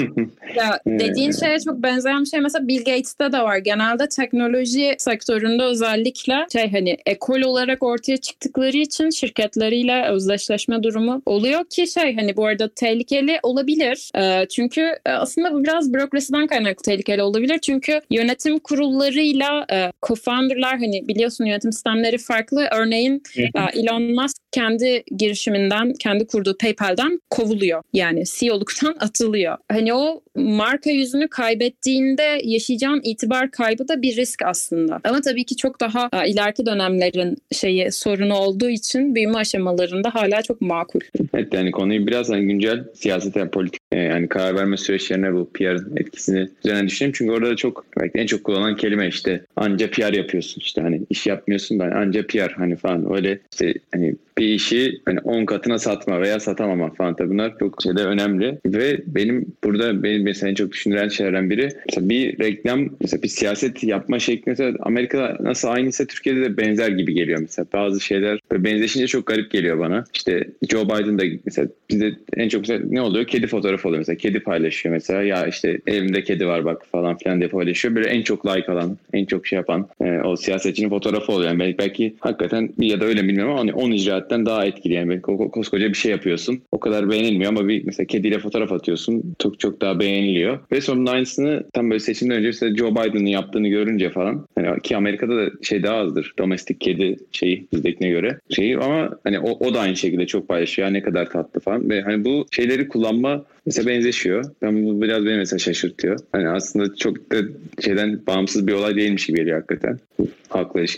Ya dediğin şeye çok benzeyen bir şey mesela Bill Gates'te de var. Genelde teknoloji sektöründe özellikle şey hani ekol olarak ortaya çıktıkları için şirketleriyle özdeşleşme durumu oluyor ki şey hani bu arada tehlikeli olabilir. Ee, çünkü aslında bu biraz bürokrasiden kaynaklı tehlikeli olabilir. Çünkü yönetim Yönetim kurullarıyla e, co-founder'lar hani biliyorsun yönetim sistemleri farklı. Örneğin e, Elon Musk kendi girişiminden, kendi kurduğu PayPal'den kovuluyor. Yani C E O'luktan atılıyor. Hani o marka yüzünü kaybettiğinde yaşayacağın itibar kaybı da bir risk aslında. Ama tabii ki çok daha e, ileriki dönemlerin şeyi sorunu olduğu için büyüme aşamalarında hala çok makul. Evet yani konuyu biraz hani güncel siyaset ve politik e, yani karar verme süreçlerine bu P R'ın etkisini üzerine düşünelim. Çünkü orada da çok belki en çok kullanılan kelime işte anca P R yapıyorsun işte hani iş yapmıyorsun da anca P R hani falan öyle işte hani bir işi hani on katına satma veya satamama falan tabii bunlar çok şeyde önemli ve benim burada benim mesela en çok düşündüren şeylerden biri mesela bir reklam mesela bir siyaset yapma şekli mesela Amerika'da nasıl aynıysa Türkiye'de de benzer gibi geliyor mesela bazı şeyler ve benzeşince çok garip geliyor bana işte Joe Biden da mesela bizde en çok mesela ne oluyor kedi fotoğrafı oluyor mesela kedi paylaşıyor mesela ya işte evimde kedi var bak falan filan diye paylaşıyor böyle en çok like alan en çok şey yapan e, o siyasetçinin fotoğrafı oluyor yani belki, belki hakikaten ya da öyle bilmiyorum ama hani on icraatten daha etkili yani koskoca bir şey yapıyorsun o kadar beğenilmiyor ama bir mesela kediyle fotoğraf atıyorsun çok çok daha beğeniliyor ve sonra aynısını tam böyle seçimden önce mesela Joe Biden'ın yaptığını görünce falan hani ki Amerika'da da şey daha azdır domestik kedi şeyi bizdekine göre şeyi ama hani o, o da aynı şekilde çok paylaşıyor ne kadar tatlı falan ve hani bu şeyleri kullanma mesela benzeşiyor. Ben bu biraz beni mesela şaşırtıyor. Hani aslında çok da şeyden bağımsız bir olay değilmiş gibi geliyor hakikaten. Halkla ilişkiler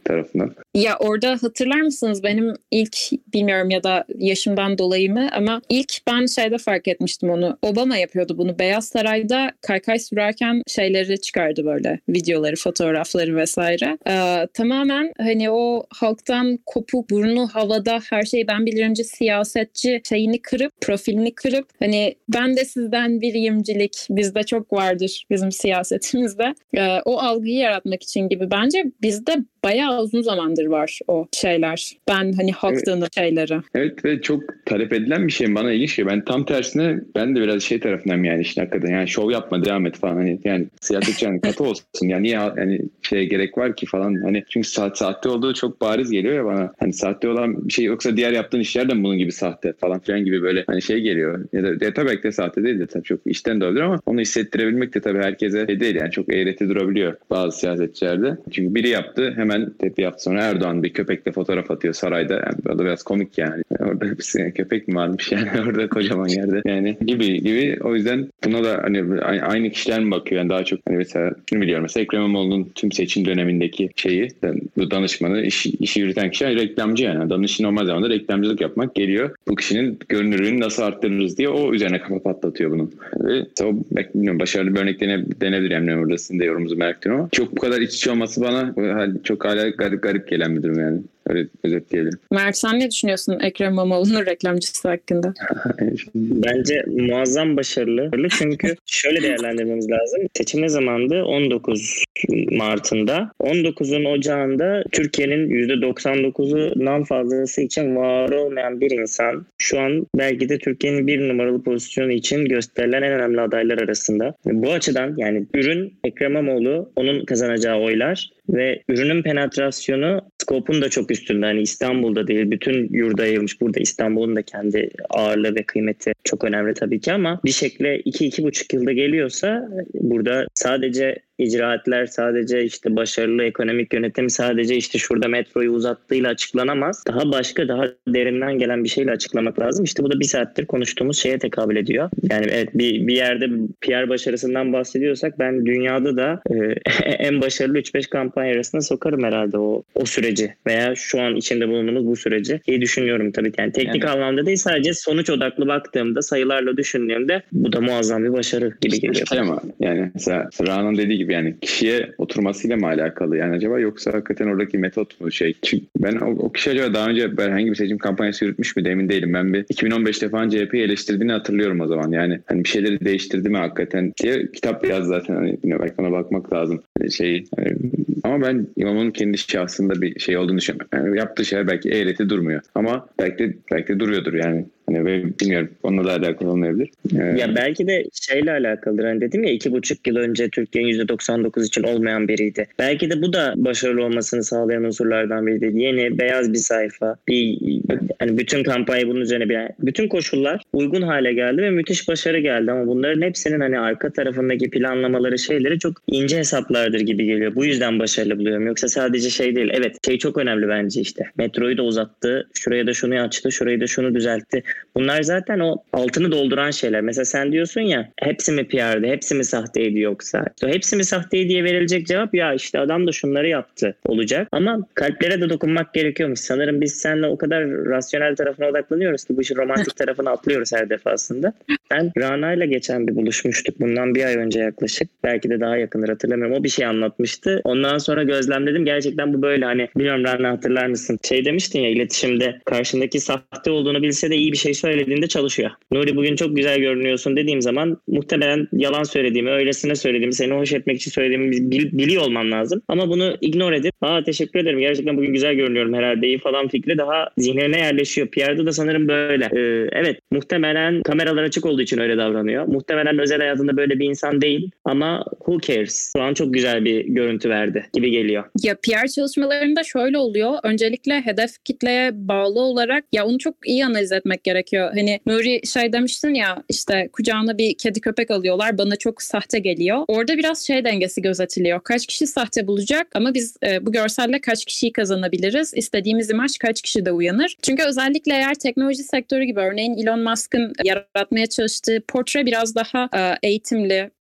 tarafından. Ya orada hatırlar mısınız benim ilk, bilmiyorum ya da yaşımdan dolayı mı, ama ilk ben şeyde fark etmiştim onu. Obama yapıyordu bunu. Beyaz Saray'da kaykay sürerken şeyleri çıkardı, böyle videoları, fotoğrafları vesaire. Ee, tamamen hani o halktan kopuk, burnu havada, her şeyi ben bilirinci siyasetçi şeyini kırıp, profilini kırıp, hani ben de sizden biriyimcilik bizde çok vardır bizim siyasetimizde. Ee, o algıyı yaratmak için gibi. Bence bizde bayağı uzun zamandır var o şeyler. Ben hani halktanın evet. şeyleri. Evet ve çok talep edilen bir şey, bana ilginç geliyor. Ben tam tersine, ben de biraz şey tarafından, yani işte hakikaten yani şov yapma, devam et falan, hani yani siyasetçi yani katı olsun yani, niye yani şeye gerek var ki falan, hani çünkü saat sahte olduğu çok bariz geliyor ya bana. Hani sahte olan bir şey yoksa diğer yaptığın işler de bunun gibi sahte falan filan gibi, böyle hani şey geliyor. Ya da ya tabii ki de sahte değil de tabii çok işten de olabilir ama onu hissettirebilmek de tabii herkese şey değil yani, çok eğreti durabiliyor bazı siyasetçilerde. Çünkü biri yaptı, hemen tepki yaptı, sonra Erdoğan bir köpekle fotoğraf atıyor sarayda. Yani o da biraz komik yani. Orada bir köpek mi varmış yani orada kocaman yerde yani gibi gibi. O yüzden buna da hani aynı kişiler mi bakıyor yani, daha çok hani mesela şunu biliyorum, mesela Ekrem İmamoğlu'nun tüm seçim dönemindeki şeyi, bu danışmanı, işi, işi yürüten kişi reklamcı yani. Adamın işi normal zamanda reklamcılık yapmak, geliyor bu kişinin görünürlüğünü nasıl arttırırız diye o üzerine kafa patlatıyor bunun. Ve o bilmiyorum, başarılı bir örnek dene, denebilir yani, orada sizin de yorumunuzu merak ediyorum ama çok bu kadar iç içe olması bana çok hala garip garip gelen bir durum yani. Öyle özetleyelim. Mert, sen ne düşünüyorsun Ekrem İmamoğlu'nun reklamcısı hakkında? Bence muazzam başarılı. Çünkü şöyle değerlendirmemiz lazım. Seçim ne zamandı? on dokuz Mart'ında. on dokuzun ocağında Türkiye'nin yüzde doksan dokuzundan fazlası için var olmayan bir insan şu an belki de Türkiye'nin bir numaralı pozisyonu için gösterilen en önemli adaylar arasında. Bu açıdan yani ürün Ekrem İmamoğlu, onun kazanacağı oylar ve ürünün penetrasyonu skopun da çok üstünde. Hani İstanbul'da değil, bütün yurda yayılmış. Burada İstanbul'un da kendi ağırlığı ve kıymeti çok önemli tabii ki ama bir şekilde iki iki buçuk yılda geliyorsa burada sadece icraatler, sadece işte başarılı ekonomik yönetim, sadece işte şurada metroyu uzattığıyla açıklanamaz. Daha başka, daha derinden gelen bir şeyle açıklamak lazım. İşte bu da bir saattir konuştuğumuz şeye tekabül ediyor. Yani evet, bir, bir yerde P R başarısından bahsediyorsak ben dünyada da e, en başarılı üç beş kampanya arasında sokarım herhalde o o süreci veya şu an içinde bulunduğumuz bu süreci diye düşünüyorum tabii ki. Yani teknik yani, anlamda değil, sadece sonuç odaklı baktığımda, sayılarla düşündüğümde bu da muazzam bir başarı gibi geliyor. Ama yani mesela Ra'nın dediği gibi yani kişiye oturmasıyla mı alakalı yani acaba, yoksa hakikaten oradaki metot mu şey? Çünkü ben o, o kişi acaba daha önce herhangi bir seçim kampanyası yürütmüş mü de emin değilim. Ben bir iki bin on beşte falan C H P'yi eleştirdiğini hatırlıyorum o zaman. Yani hani bir şeyleri değiştirdi mi hakikaten diye kitap yaz zaten, hani belki ona bakmak lazım. Şey hani, ama ben İmamoğlu'nun kendi şahsında bir şey olduğunu düşünüyorum. Yani yaptığı şeyler belki eğreti durmuyor ama belki de, belki de duruyordur yani. Hani bilmiyorum, onunla da alakalı olmayabilir. Ee... Ya belki de şeyle alakalıdır. Hani dedim ya, iki buçuk yıl önce Türkiye'nin yüzde doksan dokuz için olmayan biriydi. Belki de bu da başarılı olmasını sağlayan unsurlardan biriydi. Yeni beyaz bir sayfa, bir hani bütün kampanya bunun üzerine, bir bütün koşullar uygun hale geldi ve müthiş başarı geldi ama bunların hepsinin hani arka tarafındaki planlamaları, şeyleri çok ince hesaplardır gibi geliyor. Bu yüzden başarılı buluyorum. Yoksa sadece şey değil. Evet, şey çok önemli bence işte. Metroyu da uzattı, şuraya da şunu açtı, şurayı da şunu düzeltti. Bunlar zaten o altını dolduran şeyler. Mesela sen diyorsun ya, hepsi mi P R'di, hepsi mi sahteydi yoksa? Hepsi mi sahteydi diye verilecek cevap, ya işte adam da şunları yaptı olacak. Ama kalplere de dokunmak gerekiyormuş. Sanırım biz seninle o kadar rasyonel tarafına odaklanıyoruz ki bu işin romantik tarafına atlıyoruz her defasında. Ben Rana'yla geçen bir buluşmuştuk. Bundan bir ay önce yaklaşık. Belki de daha yakındır, hatırlamıyorum. O bir şey anlatmıştı. Ondan sonra gözlemledim. Gerçekten bu böyle, hani bilmiyorum Rana, hatırlar mısın? Şey demiştin ya, iletişimde karşındaki sahte olduğunu bilse de iyi bir şey söylediğinde çalışıyor. Nuri bugün çok güzel görünüyorsun dediğim zaman muhtemelen yalan söylediğimi, öylesine söylediğimi, seni hoş etmek için söylediğimi bil, biliyor olman lazım. Ama bunu ignore edip aa teşekkür ederim, gerçekten bugün güzel görünüyorum herhalde iyi falan fikri daha zihnine yerleşiyor. P R'da da sanırım böyle. Ee, evet, muhtemelen kameralar açık olduğu için öyle davranıyor. Muhtemelen özel hayatında böyle bir insan değil ama who cares? Şu an çok güzel bir görüntü verdi gibi geliyor. Ya P R çalışmalarında şöyle oluyor. Öncelikle hedef kitleye bağlı olarak ya onu çok iyi analiz etmek gerekiyor. Hani Nuri şey demiştin ya, işte kucağına bir kedi köpek alıyorlar, bana çok sahte geliyor. Orada biraz şey dengesi gözetiliyor. Kaç kişi sahte bulacak ama biz e, bu görselle kaç kişiyi kazanabiliriz? İstediğimiz imaj kaç kişi de uyanır? Çünkü özellikle eğer teknoloji sektörü gibi, örneğin Elon Musk'ın yaratmaya çalıştığı portre biraz daha e, eğitimli,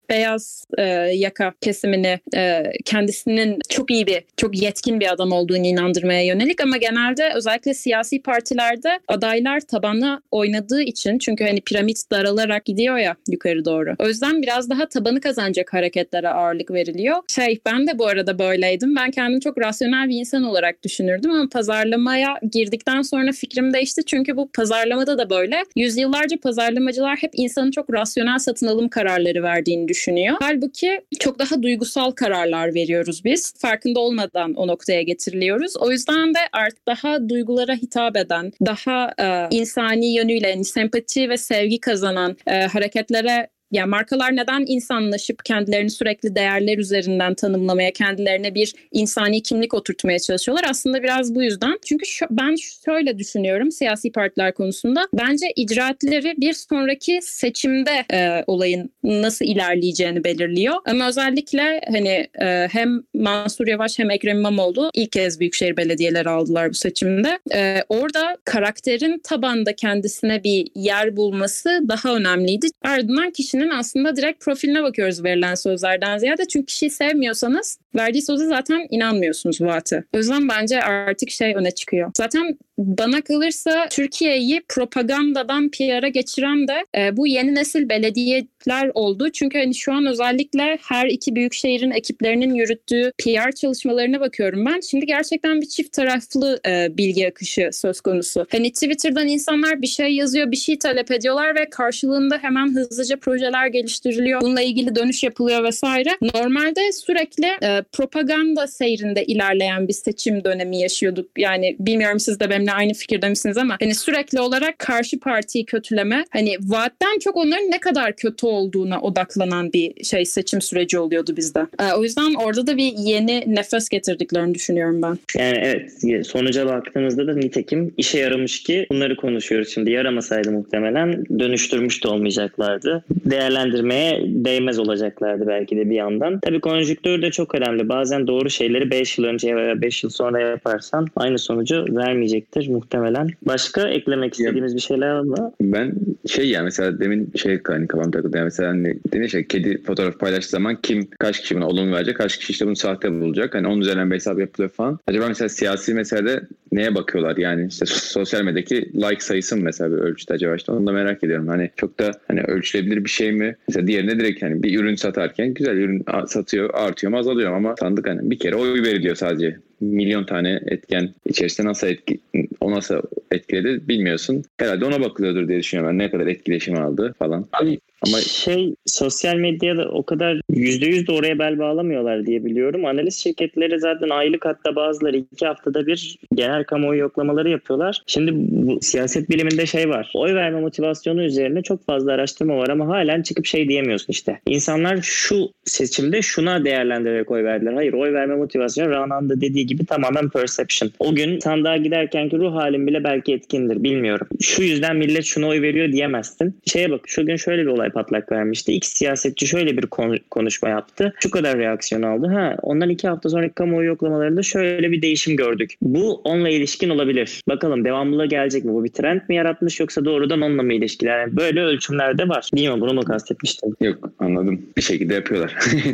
beyaz e, yaka kesimini e, kendisinin çok iyi bir, çok yetkin bir adam olduğunu inandırmaya yönelik, ama genelde özellikle siyasi partilerde adaylar tabanla oynadığı için, çünkü hani piramit daralarak gidiyor ya yukarı doğru. O yüzden biraz daha tabanı kazanacak hareketlere ağırlık veriliyor. Şey, ben de bu arada böyleydim. Ben kendimi çok rasyonel bir insan olarak düşünürdüm ama pazarlamaya girdikten sonra fikrim değişti. Çünkü bu pazarlamada da böyle. Yüzyıllarca pazarlamacılar hep insanın çok rasyonel satın alım kararları verdiğini düşünüyor. Halbuki çok daha duygusal kararlar veriyoruz biz. Farkında olmadan o noktaya getiriliyoruz. O yüzden de artık daha duygulara hitap eden, daha e, insani yönüyle, yani sempati ve sevgi kazanan e, hareketlere, yani markalar neden insanlaşıp kendilerini sürekli değerler üzerinden tanımlamaya, kendilerine bir insani kimlik oturtmaya çalışıyorlar? Aslında biraz bu yüzden. Çünkü şu, ben şöyle düşünüyorum siyasi partiler konusunda. Bence icraatleri bir sonraki seçimde e, olayın nasıl ilerleyeceğini belirliyor. Ama özellikle hani e, hem Mansur Yavaş hem Ekrem İmamoğlu ilk kez Büyükşehir Belediyeleri aldılar bu seçimde. E, orada karakterin tabanda kendisine bir yer bulması daha önemliydi. Ardından kişinin aslında direkt profiline bakıyoruz verilen sözlerden ziyade. Çünkü kişiyi sevmiyorsanız verdiği söze zaten inanmıyorsunuz vaatı. O yüzden bence artık şey öne çıkıyor. Zaten bana kalırsa Türkiye'yi propagandadan P R'a geçiren de e, bu yeni nesil belediyeler oldu. Çünkü hani şu an özellikle her iki büyükşehirin ekiplerinin yürüttüğü P R çalışmalarına bakıyorum ben. Şimdi gerçekten bir çift taraflı e, bilgi akışı söz konusu. Hani Twitter'dan insanlar bir şey yazıyor, bir şey talep ediyorlar ve karşılığında hemen hızlıca projeler geliştiriliyor. Bununla ilgili dönüş yapılıyor vesaire. Normalde sürekli e, propaganda seyrinde ilerleyen bir seçim dönemi yaşıyorduk. Yani bilmiyorum siz de benimle aynı fikirde misiniz ama hani sürekli olarak karşı partiyi kötüleme, hani vaatten çok onların ne kadar kötü olduğuna odaklanan bir şey seçim süreci oluyordu bizde. E, o yüzden orada da bir yeni nefes getirdiklerini düşünüyorum ben. Yani evet, sonuca baktığımızda da nitekim işe yaramış ki bunları konuşuyoruz şimdi. Yaramasaydı muhtemelen dönüştürmüş de olmayacaklardı. Değerlendirmeye değmez olacaklardı belki de bir yandan. Tabii konjonktür de çok önemli. Bazen doğru şeyleri beş yıl önce veya beş yıl sonra yaparsan aynı sonucu vermeyecektir muhtemelen. Başka eklemek istediğimiz bir şeyler var mı? Ben şey ya mesela demin şey hani kafam takıldı. Yani mesela hani dedi şey, kedi fotoğrafı paylaştığı zaman kim kaç kişi buna olumlu verecek, kaç kişi işte bunu sahte bulacak. Hani onun üzerinden bir hesap yapılıyor falan. Acaba mesela siyasi meselede neye bakıyorlar? Yani işte sosyal medyadaki like sayısı mı mesela bir ölçüde acaba, işte onu da merak ediyorum. Hani çok da hani ölçülebilir bir şey mi? Mesela diğerine direkt hani bir ürün satarken güzel ürün satıyor, artıyor mu azalıyor mu, ama tanıdık hani bir kere oy veriliyor sadece. Milyon tane etken içerisinde nasıl etki, o nasıl etkiledi bilmiyorsun. Herhalde ona bakılıyordur diye düşünüyorum. Yani ne kadar etkileşim aldı falan. Abi, ama şey sosyal medyada o kadar yüzde yüz de oraya bel bağlamıyorlar diye biliyorum. Analiz şirketleri zaten aylık, hatta bazıları iki haftada bir genel kamuoyu yoklamaları yapıyorlar. Şimdi bu siyaset biliminde şey var. Oy verme motivasyonu üzerine çok fazla araştırma var ama halen çıkıp şey diyemiyorsun işte. İnsanlar şu seçimde şuna değerlendirerek oy verdiler. Hayır, oy verme motivasyonu Rana'nın da dediği gibi tamamen perception. O gün sandığa giderkenki ruh halin bile belki etkindir. Bilmiyorum. Şu yüzden millet şuna oy veriyor diyemezsin. Şeye bak, şu gün şöyle bir olay patlak vermişti. X siyasetçi şöyle bir konuşma yaptı. Şu kadar reaksiyon aldı. Ha, ondan iki hafta sonraki kamuoyu yoklamalarında şöyle bir değişim gördük. Bu onunla ilişkin olabilir. Bakalım devamlılığı gelecek mi? Bu bir trend mi yaratmış yoksa doğrudan onunla mı ilişkiler? Yani böyle ölçümler de var. Bilmiyorum, bunu mu kastetmiştim? Yok, anladım. Bir şekilde yapıyorlar.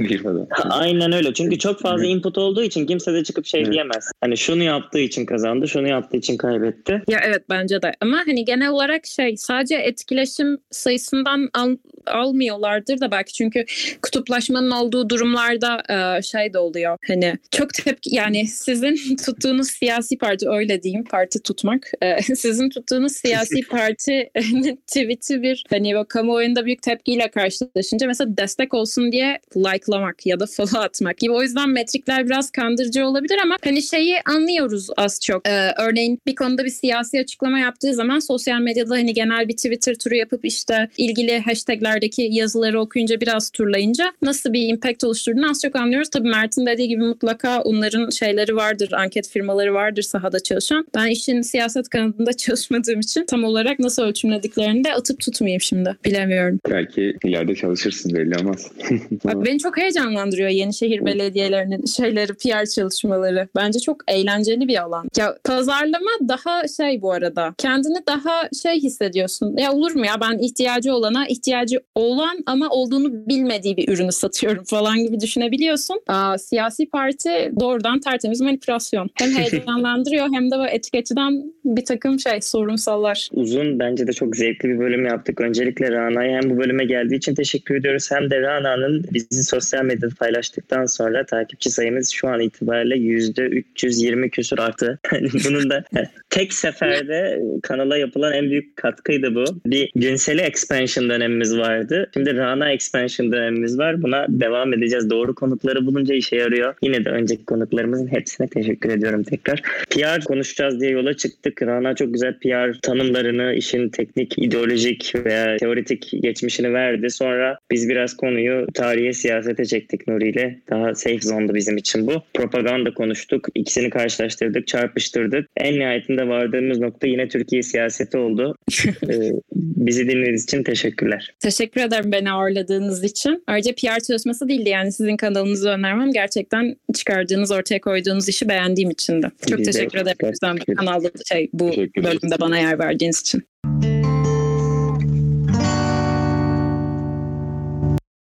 Aynen öyle. Çünkü çok fazla input olduğu için kimse de çıkıp şey diyemez. Hani şunu yaptığı için kazandı, şunu yaptığı için kaybetti. Ya evet, bence de. Ama hani genel olarak şey, sadece etkileşim sayısından al, almıyorlardır da belki, çünkü kutuplaşmanın olduğu durumlarda e, şey de oluyor. Hani çok tepki, yani sizin tuttuğunuz siyasi parti, öyle diyeyim, parti tutmak. E, sizin tuttuğunuz siyasi parti tweet'i bir hani o kamuoyunda büyük tepkiyle karşılaşınca mesela destek olsun diye likelamak ya da follow atmak gibi. O yüzden metrikler biraz kandırıcı olabilir ama hani şeyi anlıyoruz az çok. Ee, örneğin bir konuda bir siyasi açıklama yaptığı zaman sosyal medyada hani genel bir Twitter turu yapıp işte ilgili hashtaglerdeki yazıları okuyunca, biraz turlayınca nasıl bir impact oluşturduğunu az çok anlıyoruz. Tabii Mert'in dediği gibi mutlaka onların şeyleri vardır, anket firmaları vardır sahada çalışan. Ben işin siyaset kanadında çalışmadığım için tam olarak nasıl ölçümlediklerini de atıp tutmayayım şimdi. Bilemiyorum. Belki ileride çalışırsın, belli olmaz. Bak, beni çok heyecanlandırıyor Yenişehir belediyelerinin şeyleri, P R çalışmaları. Bence çok eğlenceli bir alan. Ya pazarlama daha şey, bu arada kendini daha şey hissediyorsun. Ya olur mu ya, ben ihtiyacı olana ihtiyacı ihtiyacı olan ama olduğunu bilmediği bir ürünü satıyorum falan gibi düşünebiliyorsun. Aa, siyasi parti doğrudan tertemiz manipülasyon. Hem heyecanlandırıyor hem de etiketçiden bir takım şey sorunsallar. Uzun, bence de çok zevkli bir bölüm yaptık. Öncelikle Rana'ya hem bu bölüme geldiği için teşekkür ediyoruz. Hem de Rana'nın bizi sosyal medyada paylaştıktan sonra takipçi sayımız şu an itibariyle yüzde üç yüz yirmi küsur arttı. Bunun da tek seferde kanala yapılan en büyük katkıydı bu. Bir Günsel'i expansion dönemimiz vardı. Şimdi Rana expansion dönemimiz var. Buna devam edeceğiz. Doğru konukları bulunca işe yarıyor. Yine de önceki konuklarımızın hepsine teşekkür ediyorum tekrar. P R konuşacağız diye yola çıktık. Rana çok güzel P R tanımlarını, işin teknik, ideolojik veya teoretik geçmişini verdi. Sonra biz biraz konuyu tarihe, siyasete çektik Nuri ile. Daha safe zone'du bizim için bu. Propaganda konuştuk. İkisini karşılaştırdık, çarpıştırdık. En nihayetinde vardığımız nokta yine Türkiye siyaseti oldu. ee, bizi dinlediğiniz için teşekkürler. Teşekkür ederim beni ağırladığınız için. Ayrıca P R çalışması değildi, yani sizin kanalınızı önermem. Gerçekten çıkardığınız, ortaya koyduğunuz işi beğendiğim için de. Çok Biz teşekkür de, ederim. Bu kanalda şey, bu bölümde bana yer verdiğiniz için.